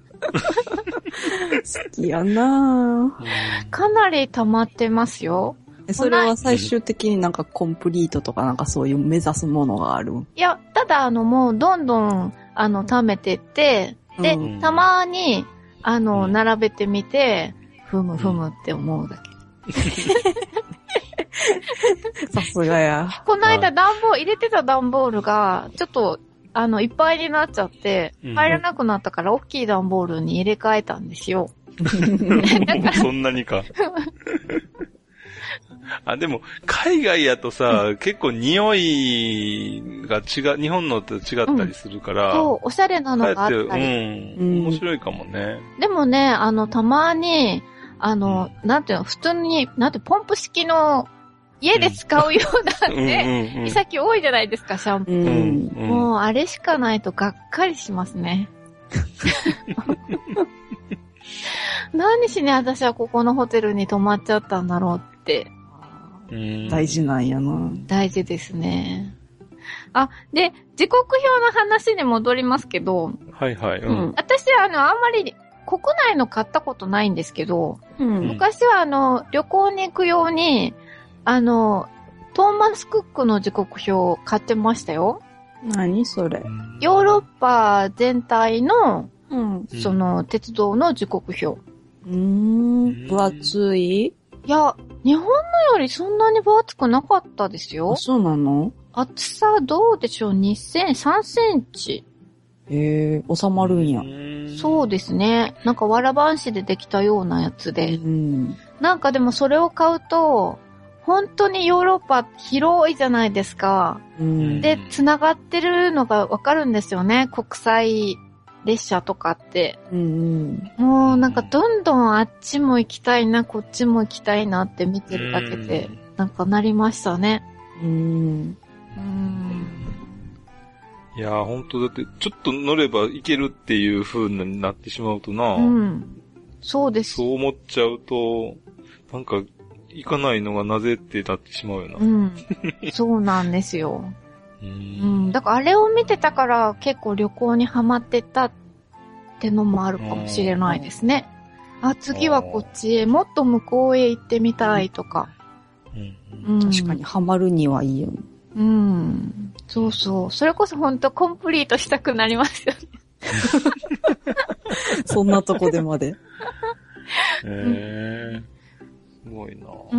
好きやなぁ。 かなり溜まってますよ。 それは最終的になんかコンプリートとかなんかそういう目指すものがある？ いや、ただあのもうどんどんあの溜めてって、で、うん、たまにあの並べてみて、ふむふむって思うだけ。 さすがや。 この間段ボール、入れてた段ボールが、ちょっと、あの、いっぱいになっちゃって、入らなくなったから、大きい段ボールに入れ替えたんですよ。 そんなにか。あ、でも、海外やとさ、うん、結構匂いが違う、日本のと違ったりするから。 うん、そう、おしゃれなのがあったり。 うん。面白いかもね。 でもね、あの、たまに、あの、うん、なんていうの、普通に、なんて、ポンプ式の、家で使うようなね、さっき多いじゃないですか、シャンプー。うんうん、もう、あれしかないとがっかりしますね。何しに私はここのホテルに泊まっちゃったんだろうって。 大事なんやな。 大事ですね。あ、で、時刻表の話に戻りますけど。 はいはい。うん、 私、あの、あんまり国内の買ったことないんですけど、うん、昔はあの、旅行に行くように、あの、トーマス・クックの時刻表を買ってましたよ。 何それ？ ヨーロッパ全体の、うん、その、鉄道の時刻表。 うーん、分厚い？ いや、日本のよりそんなに分厚くなかったですよ。 あ、そうなの？ 厚さどうでしょう？にセンチ、さんセンチ。 へえ、収まるんや。 そうですね。なんかわらばんしでできたようなやつで。うん、なんかでもそれを買うと、本当にヨーロッパ広いじゃないですか。うん、で、繋がってるのがわかるんですよね。国際列車とかって、うんうん。もうなんかどんどんあっちも行きたいな、こっちも行きたいなって見てるだけで、なんかなりましたね。うん。 うんいやー、ほんとだって、ちょっと乗れば行けるっていう風になってしまうとな。うん。 そうです。 そう思っちゃうと、なんか、行かないのがなぜってなってしまうよな。 うん。そうなんですよ。 うん。だからあれを見てたから結構旅行にハマってたってのもあるかもしれないですね。あ、次はこっちへ、もっと向こうへ行ってみたいとか。 うん、確かにハマるにはいいよね。 うん。そうそう。それこそほんとコンプリートしたくなりますよね。 そんなとこでまで。 へえー、すごいな。 うん。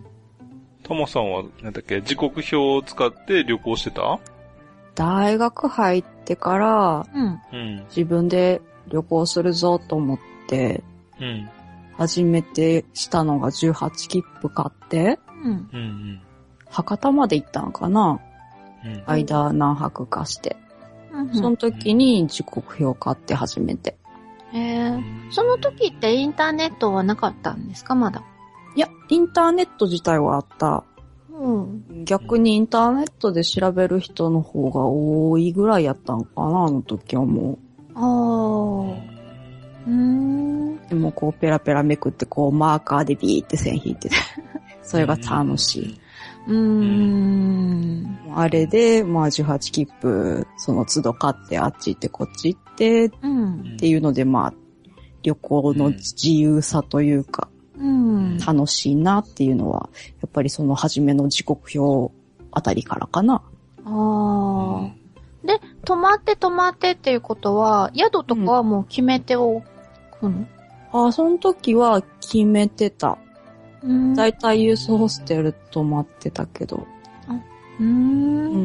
タマさんは、なんだっけ、時刻表を使って旅行してた？ 大学入ってから、うん、自分で旅行するぞと思って、うん、初めてしたのがじゅうはち切符買って、うんうん、博多まで行ったんかな、うん、間何泊かして、うん、その時に時刻表買って初めて。 へー。その時ってインターネットはなかったんですか、まだ？ いや、インターネット自体はあった。うん、逆にインターネットで調べる人の方が多いぐらいやったんかな、あの時はもう。ああ。うーん。でもこうペラペラめくってこうマーカーでビーって線引いてさ、それが楽しい。うーん。あれで、まあじゅうはち切符、その都度買ってあっち行ってこっち行って、うん、っていうのでまあ、旅行の自由さというか、うん、楽しいなっていうのは、やっぱりその初めの時刻表あたりからかな。ああ。 で、泊まって泊まってっていうことは、宿とかはもう決めておくの？うん、 ああ、その時は決めてた。だいたいユースホステル泊まってたけど。あ、うーん。うん。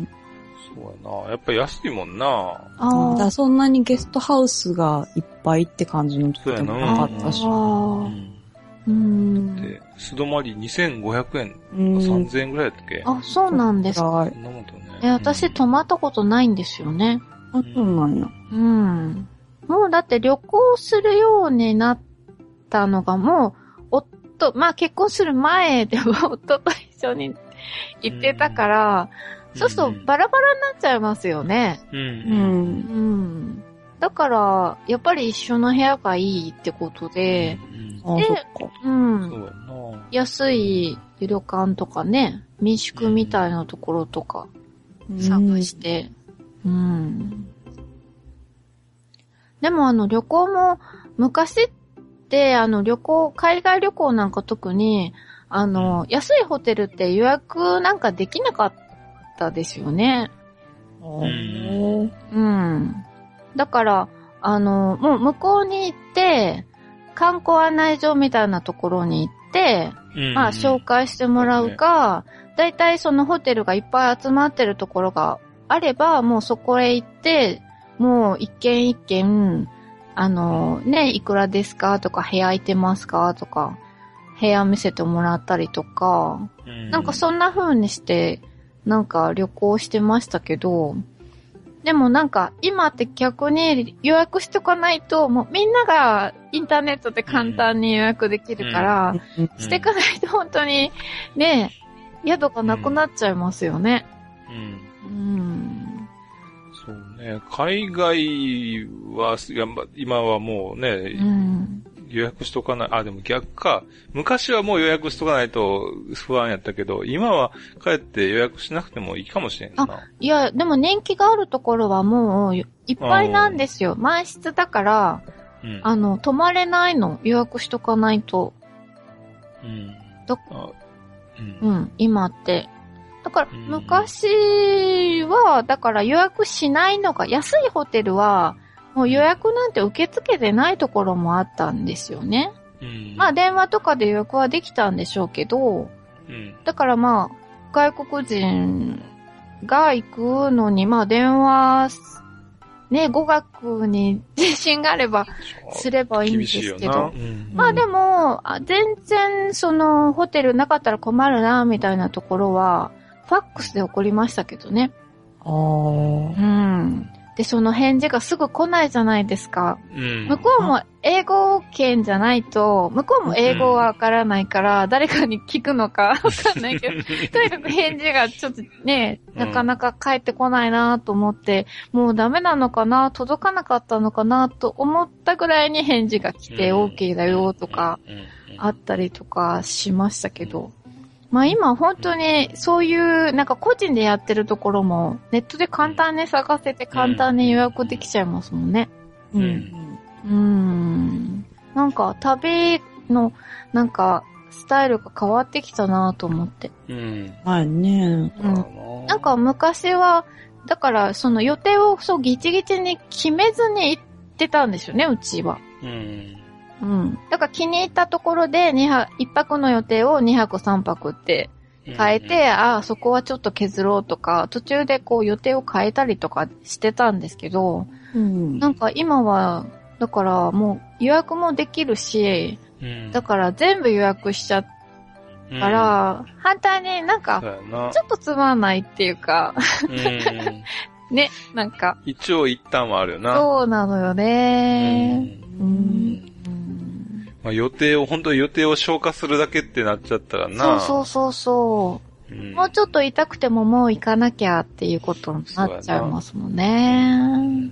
そうやな。やっぱ安いもんな。 ああ。だそんなにゲストハウスがいっぱいって感じの時でもなかったし。ああ。 うん。で、素泊まりにせんごひゃくえんかさんぜんえんぐらいやったっけ？ あ、そうなんですか。そんなもんだね。え、私泊まったことないんですよね。 あ、そうなんや。 うん。もうだって旅行するようになったのがもう、夫、まあ結婚する前でも夫と一緒に行ってたから、そうするとバラバラになっちゃいますよね。うん。うん。うん。だから、やっぱり一緒の部屋がいいってことで、うん、で、あ、そっか。うん。そうやな。安い旅館とかね、民宿みたいなところとか探して、うん。うん、でもあの旅行も、昔ってあの旅行、海外旅行なんか特に、あの、安いホテルって予約なんかできなかったですよね。うん。うん。だから、あの、もう向こうに行って、観光案内所みたいなところに行って、うん、まあ紹介してもらうか、だいたいそのホテルがいっぱい集まってるところがあれば、もうそこへ行って、もう一軒一軒、あの、ね、いくらですかとか、部屋空いてますかとか、部屋見せてもらったりとか、うん、なんかそんな風にして、なんか旅行してましたけど、でもなんか今って逆に予約しとかないと、もうみんながインターネットで簡単に予約できるから、うん、していかないと本当にね、宿がなくなっちゃいますよね。うん。うん、 そうね。海外は、今はもうね、うん、予約しとかない。あ、でも逆か。昔はもう予約しとかないと不安やったけど、今は帰って予約しなくてもいいかもしれんな。 あ、いや、でも人気があるところはもういっぱいなんですよ。満室だから、うん、あの、泊まれないの。予約しとかないと。うん。ど、うん、うん、今って。だから、昔は、だから予約しないのが、安いホテルは、もう予約なんて受け付けてないところもあったんですよね。うん、まあ電話とかで予約はできたんでしょうけど、うん、だからまあ外国人が行くのにまあ電話、ね、語学に自信があればすればいいんですけど、うん、まあでも全然そのホテルなかったら困るなみたいなところはファックスで送りましたけどね。あー。うん。で、その返事がすぐ来ないじゃないですか。うん、向こうも英語圏じゃないと、向こうも英語はわからないから、うん、誰かに聞くのかわかんないけど、とにかく返事がちょっとね、なかなか返ってこないなと思って、うん、もうダメなのかな、届かなかったのかなと思ったぐらいに返事が来て、うん、OK だよとか、あったりとかしましたけど、 まあ今本当にそういうなんか個人でやってるところもネットで簡単に探せて簡単に予約できちゃいますもんね。 うん。 うん。うんなんか旅のなんかスタイルが変わってきたなと思って。 うん。 はいね。 うん。なんか昔は、だからその予定をそうギチギチに決めずに行ってたんですよね、うちは。 うん。 うん。だから気に入ったところでにはく、一泊の予定をにはくさんぱくって変えて、うん、ああ、そこはちょっと削ろうとか、途中でこう予定を変えたりとかしてたんですけど、うん、なんか今は、だからもう予約もできるし、うん、だから全部予約しちゃったから、うん、反対になんか、ちょっとつまんないっていうか、うん、ね、なんか。 一応一旦はあるよな。 そうなのよね。うんうんまあ、予定を、本当に予定を消化するだけってなっちゃったらな。 そうそうそうそう、うん。もうちょっと痛くてももう行かなきゃっていうことになっちゃいますもんね。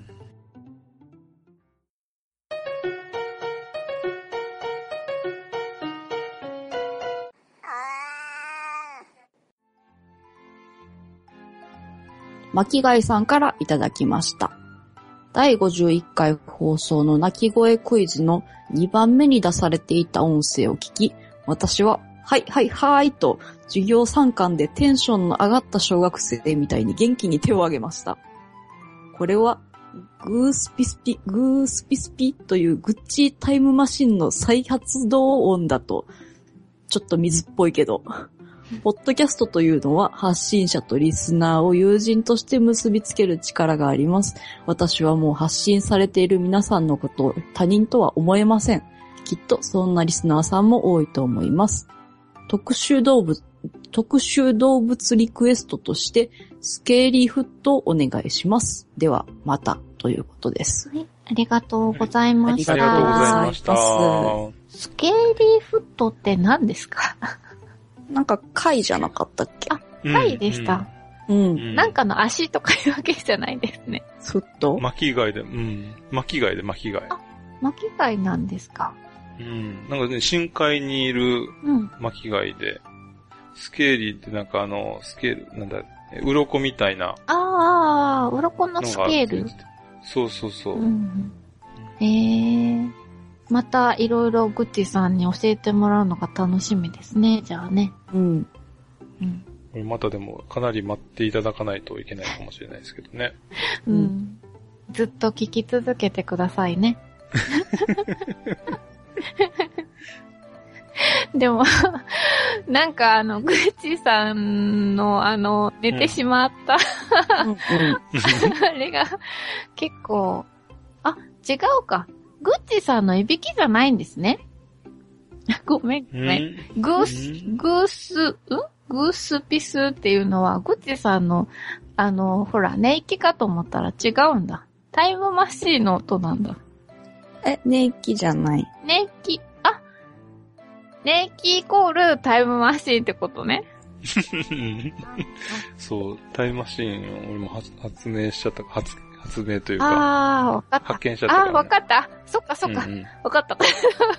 巻貝さんからいただきました。だいごじゅういっかい放送の鳴き声クイズのにばんめに出されていた音声を聞き、私は、はいはいはいと、授業参観でテンションの上がった小学生みたいに元気に手を挙げました。これは、グースピスピ、グースピスピというグッチータイムマシンの再発動音だと、ちょっと水っぽいけど、ポッドキャストというのは発信者とリスナーを友人として結びつける力があります。私はもう発信されている皆さんのことを他人とは思えません。きっとそんなリスナーさんも多いと思います。特殊動物、特殊動物リクエストとしてスケーリーフットをお願いします。ではまたということです。 はい、ありがとうございました。 ありがとうございました。 スケーリーフットって何ですか？ なんか貝じゃなかったっけ？ あ、貝でした。うん。うん、なんかの足とかいうわけじゃないですね。 フット？ 巻き貝で、うん。巻き貝で巻き貝。 あ、巻き貝なんですか。 うん。なんかね、深海にいる巻き貝で、うん、スケーリーってなんかあの、スケール、なんだ、鱗みたいな。 ああ、鱗のスケール。 そうそうそう。うん、 へえ。またいろいろグッチさんに教えてもらうのが楽しみですね、じゃあね。うん。 うん。またでもかなり待っていただかないといけないかもしれないですけどね。 うん。うん、ずっと聞き続けてくださいね。でも、なんかあの、グッチさんのあの、寝てしまった、うん、あれが結構、あ、違うか。グッチさんのいびきじゃないんですね。ごめん、ごめん。グース、グース、んグースピスっていうのは、グッチさんの、あの、ほら、寝息かと思ったら違うんだ。タイムマシーンの音なんだ。 え、寝息じゃない。 寝息、あ、寝息イコールタイムマシーンってことね。 そう、タイムマシーンを俺も 発, 発明しちゃった、発発明というか。 ああ、わかった。 発見しちゃったから、ね。 ああ、わかった。そっかそっか。わ、うんうん、かった。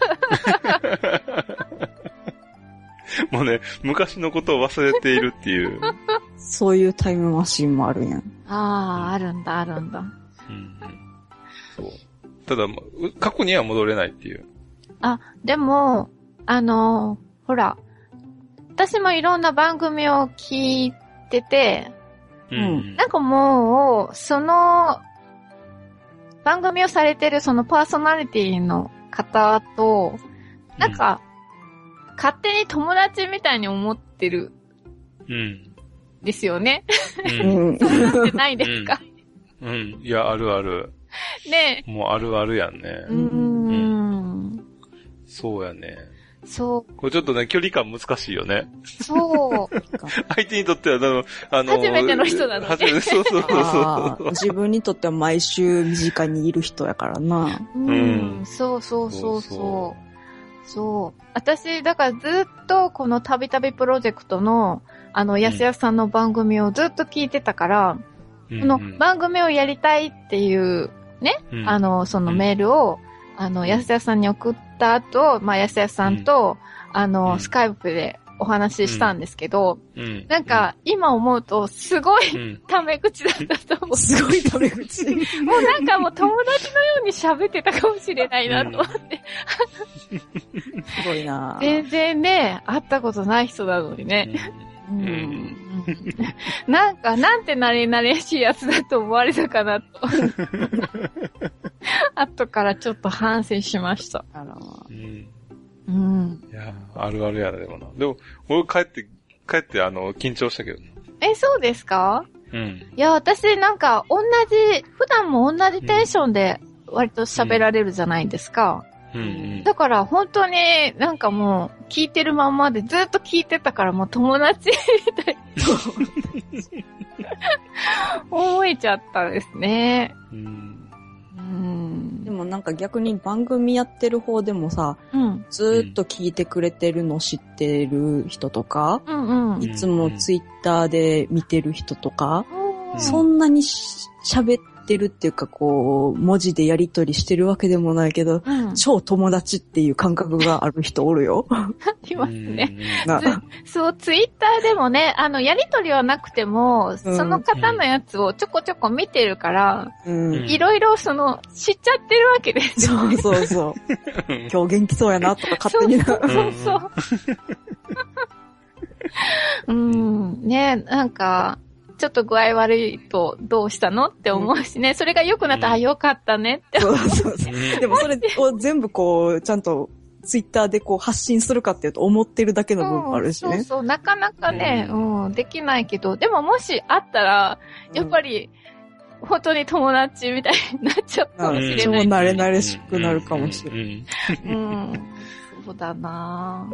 もうね、昔のことを忘れているっていう。 そういうタイムマシンもあるやん。 ああ、あるんだ、あるんだ。 うん、そう。ただ、過去には戻れないっていう。 あ、でも、あのー、ほら、私もいろんな番組を聞いてて、うん、なんかもう、その、番組をされてるそのパーソナリティの方と、なんか、うん、勝手に友達みたいに思ってる。うん。ですよね。うん。そうなってないですか、 うん、うん。いや、あるある。 ねえ。もうあるあるやんね。 うーん。うん、 そうやね。 そう。 これちょっとね、距離感難しいよね。 そう。 相手にとっては、あの、あの、 初めての人なので。 初めて、そうそうそうそう。 自分にとっては毎週身近にいる人やからな。 うん。うん、そうそうそうそう。そうそう。私、だからずっとこのたびたびプロジェクトの、あの、やすやすさんの番組をずっと聞いてたから、うん、この番組をやりたいっていう、ね、うん、あの、そのメールを、あの、やすやすさんに送った後、まあ、やすやすさんと、うん、あの、うん、スカイプでお話ししたんですけど、 うん、 なんか、今思うと、すごいタメ口だったと思う。 すごいタメ口。 もうなんかもう友達のように喋ってたかもしれないなと思って。 すごいなぁ。 全然ね、会ったことない人なのにね。 うんうん、 なんか、なんて慣れ慣れしいやつだと思われたかなと。後からちょっと反省しました。 あら、 うんうん。 いや、あるあるやな、でもな。でも、俺帰って、帰って、あの、緊張したけど。 え、そうですか？ うん。 いや、私なんか、同じ、普段も同じテンションで割と喋られるじゃないですか。 うんうん、 だから、本当になんかもう、聞いてるまんまでずっと聞いてたから、もう友達みたいな。思えちゃったですね。 うんうん、 でもなんか逆に番組やってる方でもさ、 うん、 ずーっと聞いてくれてるの知ってる人とか、 うんうん、 いつもツイッターで見てる人とか、 うん、 そんなに喋ってるっていうかこう、文字でやりとりしてるわけでもないけど、 うん、 超友達っていう感覚がある人おるよ。 いますね。 なそう、ツイッターでもね、あの、やりとりはなくても、うん、その方のやつをちょこちょこ見てるから、いろいろその、知っちゃってるわけですよ、 ね。そうそうそう。今日元気そうやなとか勝手にな。 そうそうそう。うん、ね、なんか、ちょっと具合悪いとどうしたのって思うしね、うん、それが良くなったら、うん、あ、良かったねって思う。そうそうそう。 でもそれを全部こう、ちゃんとツイッターでこう発信するかっていうと思ってるだけの部分もあるしね。 うん、そうそう、なかなかね、うん、うん、できないけど、でももしあったら、やっぱり、うん、本当に友達みたいになっちゃうかもしれない。 超慣れ慣れしくなるかもしれない。 うん、そうだなぁ。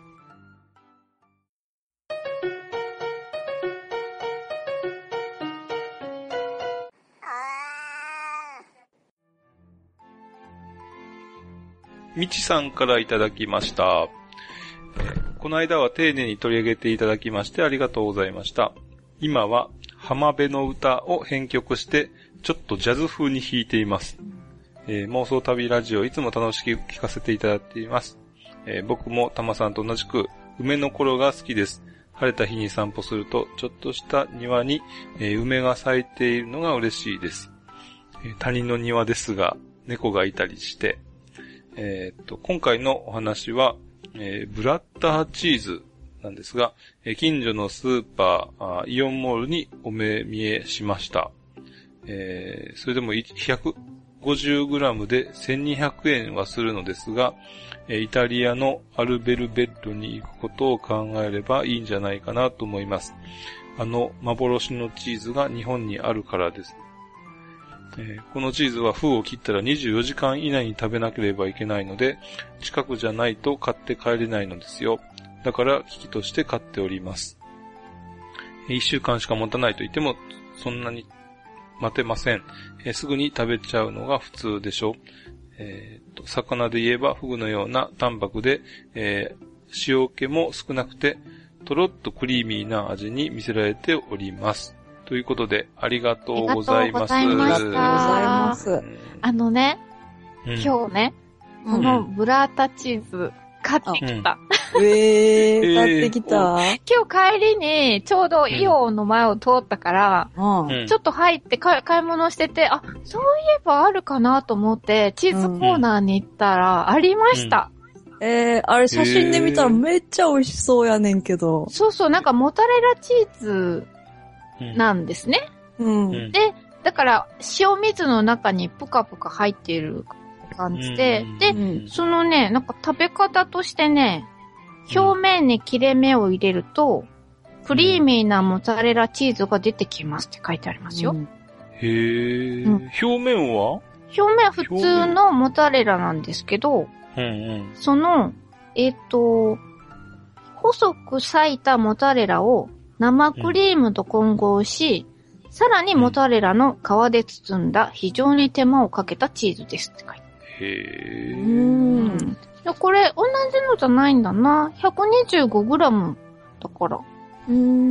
みちさんからいただきました。えー、この間は丁寧に取り上げていただきましてありがとうございました。今は浜辺の歌を編曲してちょっとジャズ風に弾いています。えー、妄想旅ラジオいつも楽しく聞かせていただいています。えー、僕もたまさんと同じく梅の頃が好きです。晴れた日に散歩するとちょっとした庭に、えー、梅が咲いているのが嬉しいです。えー、他人の庭ですが猫がいたりして、えー、っと、今回のお話は、えー、ブラッターチーズなんですが、えー、近所のスーパー、イオンモールにお目見えしました。えー、それでもひゃくごじゅうグラムでせんにひゃくえんはするのですが、えー、イタリアのアルベルベッロに行くことを考えればいいんじゃないかなと思います。あの幻のチーズが日本にあるからです。えー、このチーズは封を切ったらにじゅうよじかん以内に食べなければいけないので、近くじゃないと買って帰れないのですよ。だから危機として買っております。いっしゅうかんしか持たないと言ってもそんなに待てません。えー、すぐに食べちゃうのが普通でしょう。えー、と魚で言えばフグのような淡白で、えー、塩気も少なくてとろっとクリーミーな味に見せられております。ということで、ありがとうございます。 ありがとうございました。ありがとうございます。あのね、うん、今日ね、このブラータチーズ買ってきた。 うん、えー、買ってきた、 今日帰りにちょうどイオンの前を通ったから、うん、ちょっと入って買い物してて、あ、そういえばあるかなと思って、チーズコーナーに行ったら、ありました。 うん、えー、あれ写真で見たらめっちゃ美味しそうやねんけど。 そうそう、なんかモッツァレラチーズ、なんですね。 うん。 で、だから、塩水の中にぷかぷか入っている感じで、で、うん、そのね、なんか食べ方としてね、表面に切れ目を入れると、クリーミーなモッツァレラチーズが出てきますって書いてありますよ。うん、 へー、うん。表面は？ 表面は普通のモッツァレラなんですけど、 うんうん、 その、えっと、細く裂いたモッツァレラを生クリームと混合し、うん、さらにモッツァレラの皮で包んだ非常に手間をかけたチーズですって書いてある。 へー。 うん。これ同じのじゃないんだな。ひゃくにじゅうごグラム だから。うん。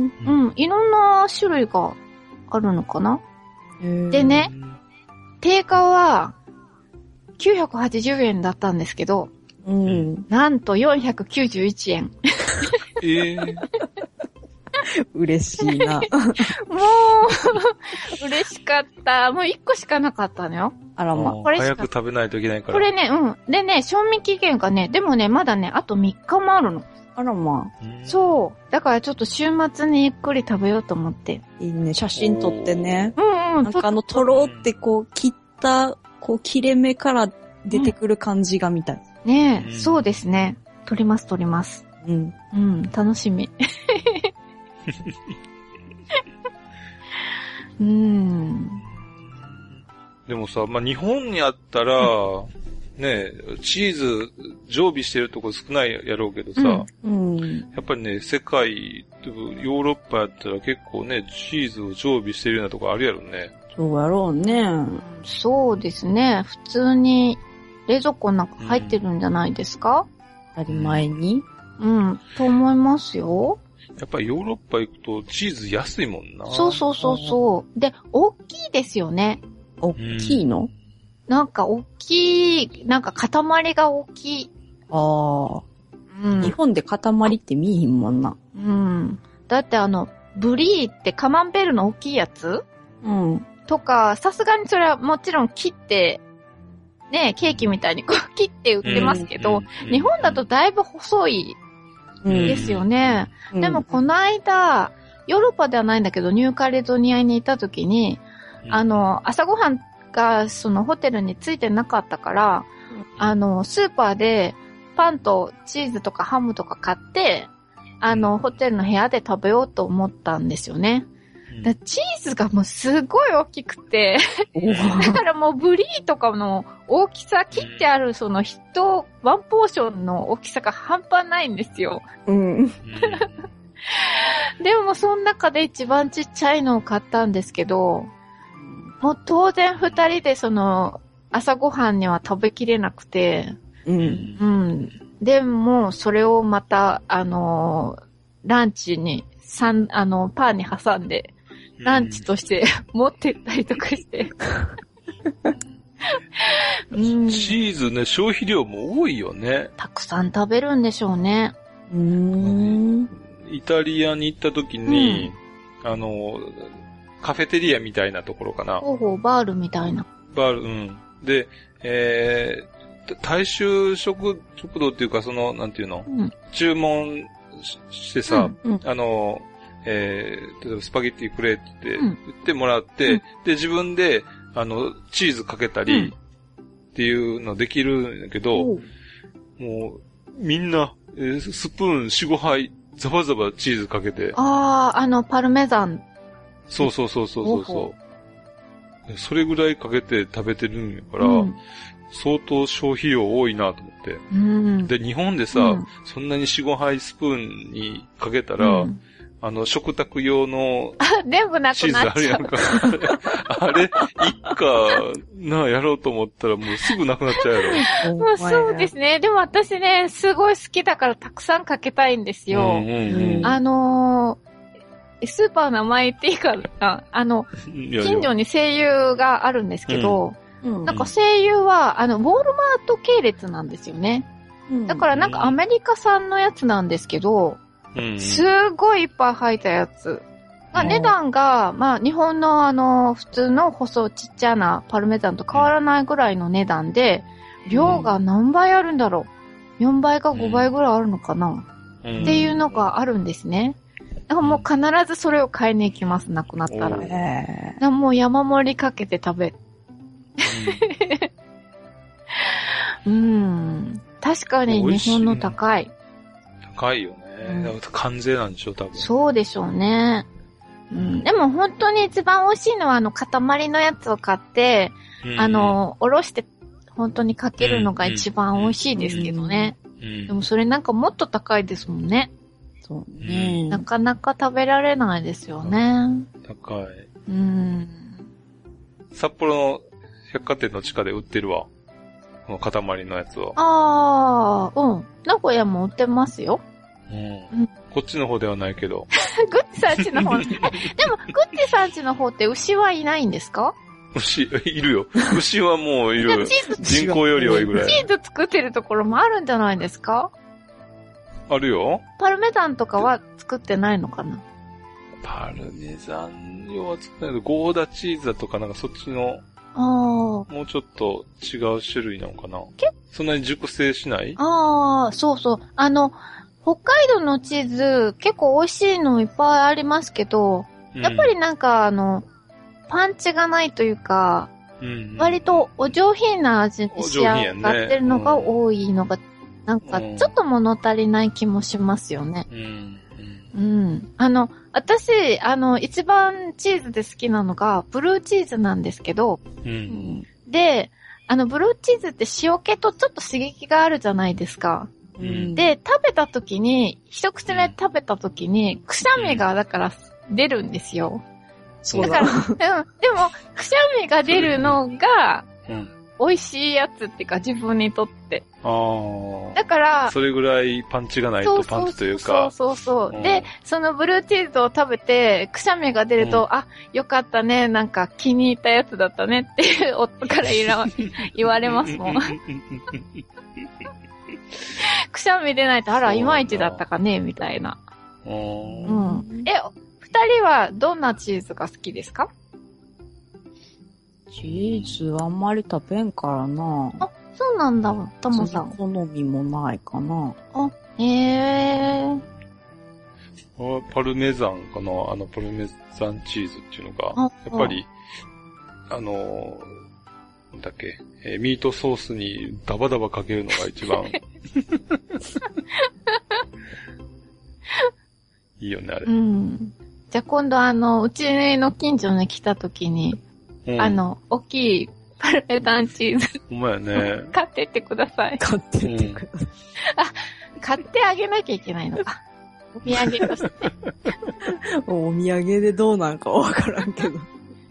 うん。いろんな種類があるのかな。でね、定価はきゅうひゃくはちじゅうえんだったんですけど、 うん、 なんとよんひゃくきゅうじゅういちえん。 ええー。 嬉しいな。 もう、嬉しかった。もう一個しかなかったのよ。 あらま。 これ早く食べないといけないから。 これね、うん。でね、賞味期限がね、でもね、まだね、あとみっかもあるの。 あらま。 そう。だからちょっと週末にゆっくり食べようと思って。 いいね、写真撮ってね。 うんうん。 なんかあの、とろーってこう、切った、こう、切れ目から出てくる感じが見たい。 うん、ねえ、うん、そうですね。撮ります、撮ります。 うん。 うん、楽しみ。うん。 でもさ、まあ、日本にあったら、うん、ね、チーズ常備してるとこ少ないやろうけどさ、 うんうん、 やっぱりね、世界、ヨーロッパやったら結構ね、チーズを常備してるようなとこあるやろね。 そうやろうね。 そうですね。普通に冷蔵庫の中入ってるんじゃないですか？ 当たり前に？ うん、と思いますよ。 やっぱりヨーロッパ行くとチーズ安いもんな。 そうそうそうそう。で、大きいですよね。 大きいの？うん、 なんか大きい、なんか塊が大きい。 ああ。うん。日本で塊って見えひんもんな。 うん。だってあの、ブリーってカマンベールの大きいやつ？ うん。 とか、さすがにそれはもちろん切って、ね、ケーキみたいにこう切って売ってますけど、うん、日本だとだいぶ細いですよね。うん、でもこの間、ヨーロッパではないんだけど、ニューカレドニアにいた時に、うん、あの、朝ごはんがそのホテルについてなかったから、うん、あの、スーパーでパンとチーズとかハムとか買って、あの、ホテルの部屋で食べようと思ったんですよね。だチーズがもうすごい大きくて、だからもうブリーとかの大きさ、切ってあるその人、ワンポーションの大きさが半端ないんですよ。 うん。 でもその中で一番ちっちゃいのを買ったんですけど、もう当然二人でその朝ごはんには食べきれなくて、 うん。 うん。でもそれをまた、あの、ランチに、三、あの、パンに挟んで、ランチとして持ってったりとかして、 うん。チーズね、消費量も多いよね。 たくさん食べるんでしょうね。 うーん。 イタリアに行った時に、うん、あの、カフェテリアみたいなところかな。 ほうほう、バールみたいな。 バール、うん。で、えー、大衆食、食堂っていうか、その、なんていうの、 うん、 注文してさ、 うんうん、 あの、えー、例えばスパゲッティくれって言ってもらって、うん、で、自分で、あの、チーズかけたり、っていうのできるんだけど、うん、もう、みんな、えー、スプーンよん、ごはい、ザバザバチーズかけて。 ああ、あの、パルメザン。 そうそうそうそうそうそう。それぐらいかけて食べてるんやから、うん、相当消費量多いなと思って。 うん、 で、日本でさ、うん、そんなによん、ごはいスプーンにかけたら、うん、あの、食卓用の全部なくチーズあるやんか。あれ、一家、な、やろうと思ったらもうすぐなくなっちゃうやろ。 もうそうですね。でも私ね、すごい好きだからたくさんかけたいんですよ。 うんうんうん、 あのー、スーパーの名前言っていいかな、あの、近所に声優があるんですけど、うんうん、なんか声優は、あの、ウォールマート系列なんですよね。うん、だからなんかアメリカ産のやつなんですけど、 うん、 すごいいっぱい入ったやつ。まあ、値段が、まあ、日本のあの、普通の細ちっちゃなパルメザンと変わらないぐらいの値段で、量が何倍あるんだろう。よんばいかごばいぐらいあるのかな、うん、っていうのがあるんですね。だからもう必ずそれを買いに行きます、なくなったら。だからもう山盛りかけて食べる。うん、うん確かに日本の高い。 高いよね。うん、関税なんでしょ、多分。 そうでしょうね。うん、でも本当に一番美味しいのはあの塊のやつを買って、うん、あの、おろして本当にかけるのが一番美味しいですけどね。 うん、 でもそれなんかもっと高いですもんね。 そうね。 なかなか食べられないですよね。 高い。 うん。 札幌の百貨店の地下で売ってるわ。この塊のやつは。 ああ、うん。名古屋も売ってますよ。 うん、こっちの方ではないけど。 グッチさんちの方。え、でも、グッチさんちの方って牛はいないんですか？ 牛、いるよ。牛はもういる。人口よりはいいぐらい。 チーズ作ってるところもあるんじゃないですか？ あるよ。 パルメザンとかは作ってないのかな？ パルメザン用は作ってないけど、ゴーダチーズだとかなんかそっちの、 ああ。 もうちょっと違う種類なのかな？けそんなに熟成しない？ ああ、そうそう。あの、北海道のチーズ結構美味しいのいっぱいありますけど、うん、やっぱりなんかあの、パンチがないというか、うんうん、割とお上品な味に仕上がってるのが多いのが、なんかちょっと物足りない気もしますよね。うん。うん。あの、私、あの、一番チーズで好きなのが、ブルーチーズなんですけど、うん、で、あの、ブルーチーズって塩気とちょっと刺激があるじゃないですか。うん、で、食べた時に、一口目食べた時に、くしゃみがだから出るんですよ。 そうだ。 だから、うん。でも、くしゃみが出るのが、美味しいやつっていうか、自分にとって。 ああ。 だから、 それぐらいパンチがないとパンチというか。 そうそうそうそう、うん。で、そのブルーチーズを食べて、くしゃみが出ると、うん、あ、よかったね、なんか気に入ったやつだったねっていう夫から言われますもん。くしゃみ出ないと、あら、いまいちだったかね、みたいな。うん。え、二人はどんなチーズが好きですか？ チーズあんまり食べんからな。 あ、そうなんだ、ともさん。 好みもないかな。 あ、へえ。 パルメザンかな、あのパルメザンチーズっていうのが、やっぱり、あの、なんだっけ、えー、ミートソースにダバダバかけるのが一番いいよね、あれ。 うん。じゃあ今度あの、うちの近所に来た時に、うん、あの、大きいパルメザンチーズ。 ほんまやね。 買ってってください。 買ってってください。うん、 あ、買ってあげなきゃいけないのか。お土産として。 お土産でどうなんかわからんけど。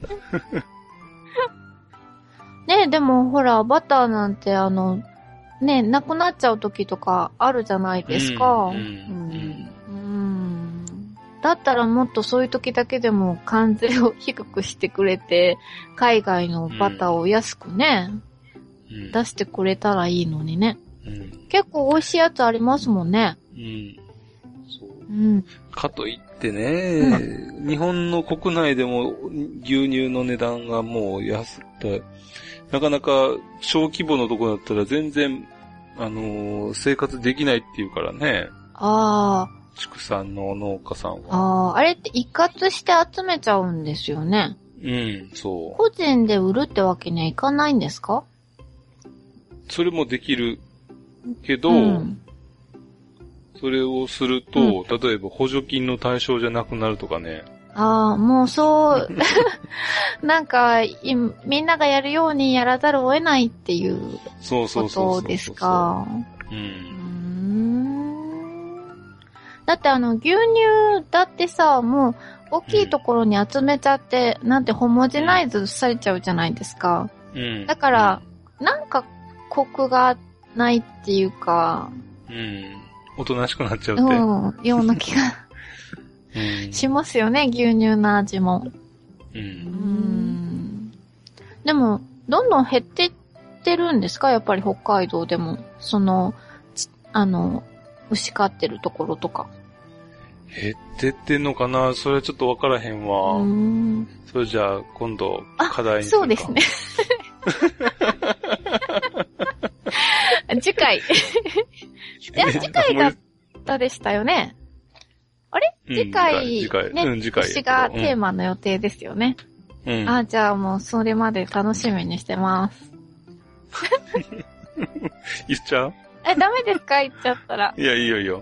ねえ、でもほら、バターなんてあの、ねえ、なくなっちゃう時とかあるじゃないですか。うん。うんうんだったらもっとそういう時だけでも関税を低くしてくれて、海外のバターを安くね、うん、出してくれたらいいのにね。うん、結構美味しいやつありますもんね。うん。 そう。うん。かといってね、うん、日本の国内でも牛乳の値段がもう安くて、なかなか小規模のところだったら全然、あのー、生活できないっていうからね。 ああ。 畜産の農家さんは。 ああ、あれって一括して集めちゃうんですよね。 うん、そう。 個人で売るってわけにはいかないんですか？ それもできるけど、うん、それをすると、うん、例えば補助金の対象じゃなくなるとかね。 ああ、もうそう、なんかみんながやるようにやらざるを得ないっていうことですか。うん。だってあの牛乳だってさ、もう大きいところに集めちゃって、うん、なんてホモジナイズされちゃうじゃないですか。うん、だから、うん、なんかコクがないっていうか、 うん、おとなしくなっちゃうって。 うん、ような気がうん、しますよね、牛乳の味も。うん。うんでも、どんどん減ってってるんですか？やっぱり北海道でも。その、あの、牛飼ってるところとか。 減ってってんのかな？それはちょっとわからへんわ。うん。それじゃあ、今度、課題にするか。 そうですね。次回。いや、次回だったでしたよね。あれ、うん、次回、 次回、 ね、 うん、次回。 牛がテーマの予定ですよね。うん。あ、じゃあもうそれまで楽しみにしてます。 言っちゃう？ え、ダメですか？言っちゃったら。 いや、いいよいいよ。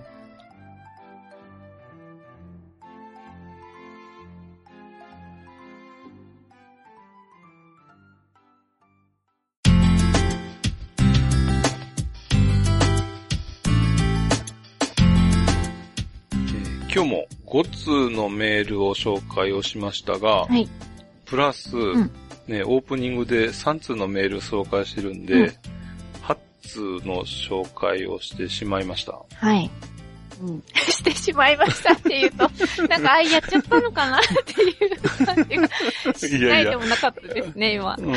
今日もごつうのメールを紹介をしましたが、はい、プラス、うん、ね、オープニングでさんつうのメール紹介してるんで、うん、はちつうの紹介をしてしまいました。 はい。 してしまいましたっていうと、なんか、あ、やっちゃったのかなっていう感じがしないでもなかったですね、今。うん。うん、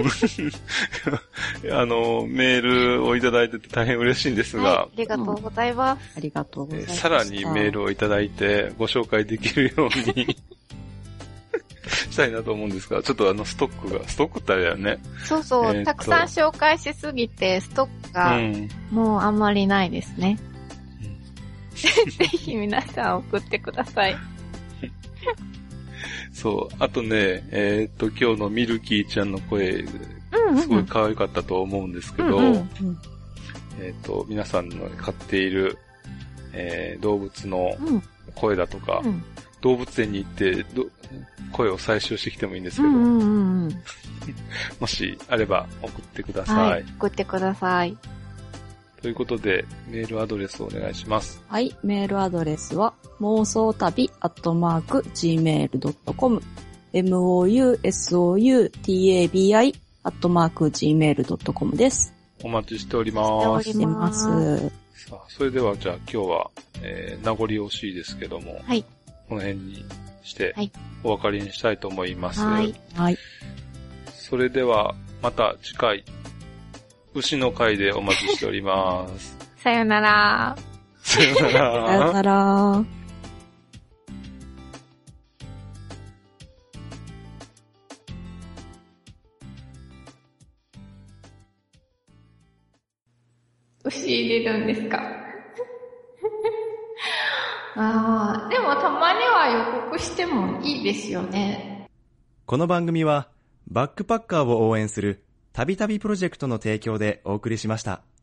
あの、メールをいただいてて大変嬉しいんですが、はい、 ありがとうございます。 うん、ありがとうございます。 さらにメールをいただいてご紹介できるようにしたいなと思うんですが、ちょっとあのストックが、ストックってあれだよね。 そうそう、えー、たくさん紹介しすぎて、ストックがもうあんまりないですね。うん、ぜひ皆さん送ってください。 そう、あとね、えっと、今日のミルキーちゃんの声、すごい可愛かったと思うんですけど、うんうんうん、えっと、皆さんの飼っている、えー、動物の声だとか、うん、動物園に行ってど声を採集してきてもいいんですけど、うんうんうん、もしあれば送ってください。はい、 送ってください。 ということで、メールアドレスをお願いします。 はい、メールアドレスは、妄想旅アットマーク ジーメールドットコム、mousouutabi アットマーク ジーメールドットコム です。 お待ちしております。 してます。 さあ、それではじゃあ今日は、えー、名残惜しいですけども、 はい。 この辺にして、お別れにしたいと思います。 はい。 はい。 それでは、また次回、牛の会でお待ちしております。 さよなら。 さよなら。 さよなら。 牛入れるんですか？ああ、でもたまには予告してもいいですよね。 この番組はバックパッカーを応援するたびたびプロジェクトの提供でお送りしました。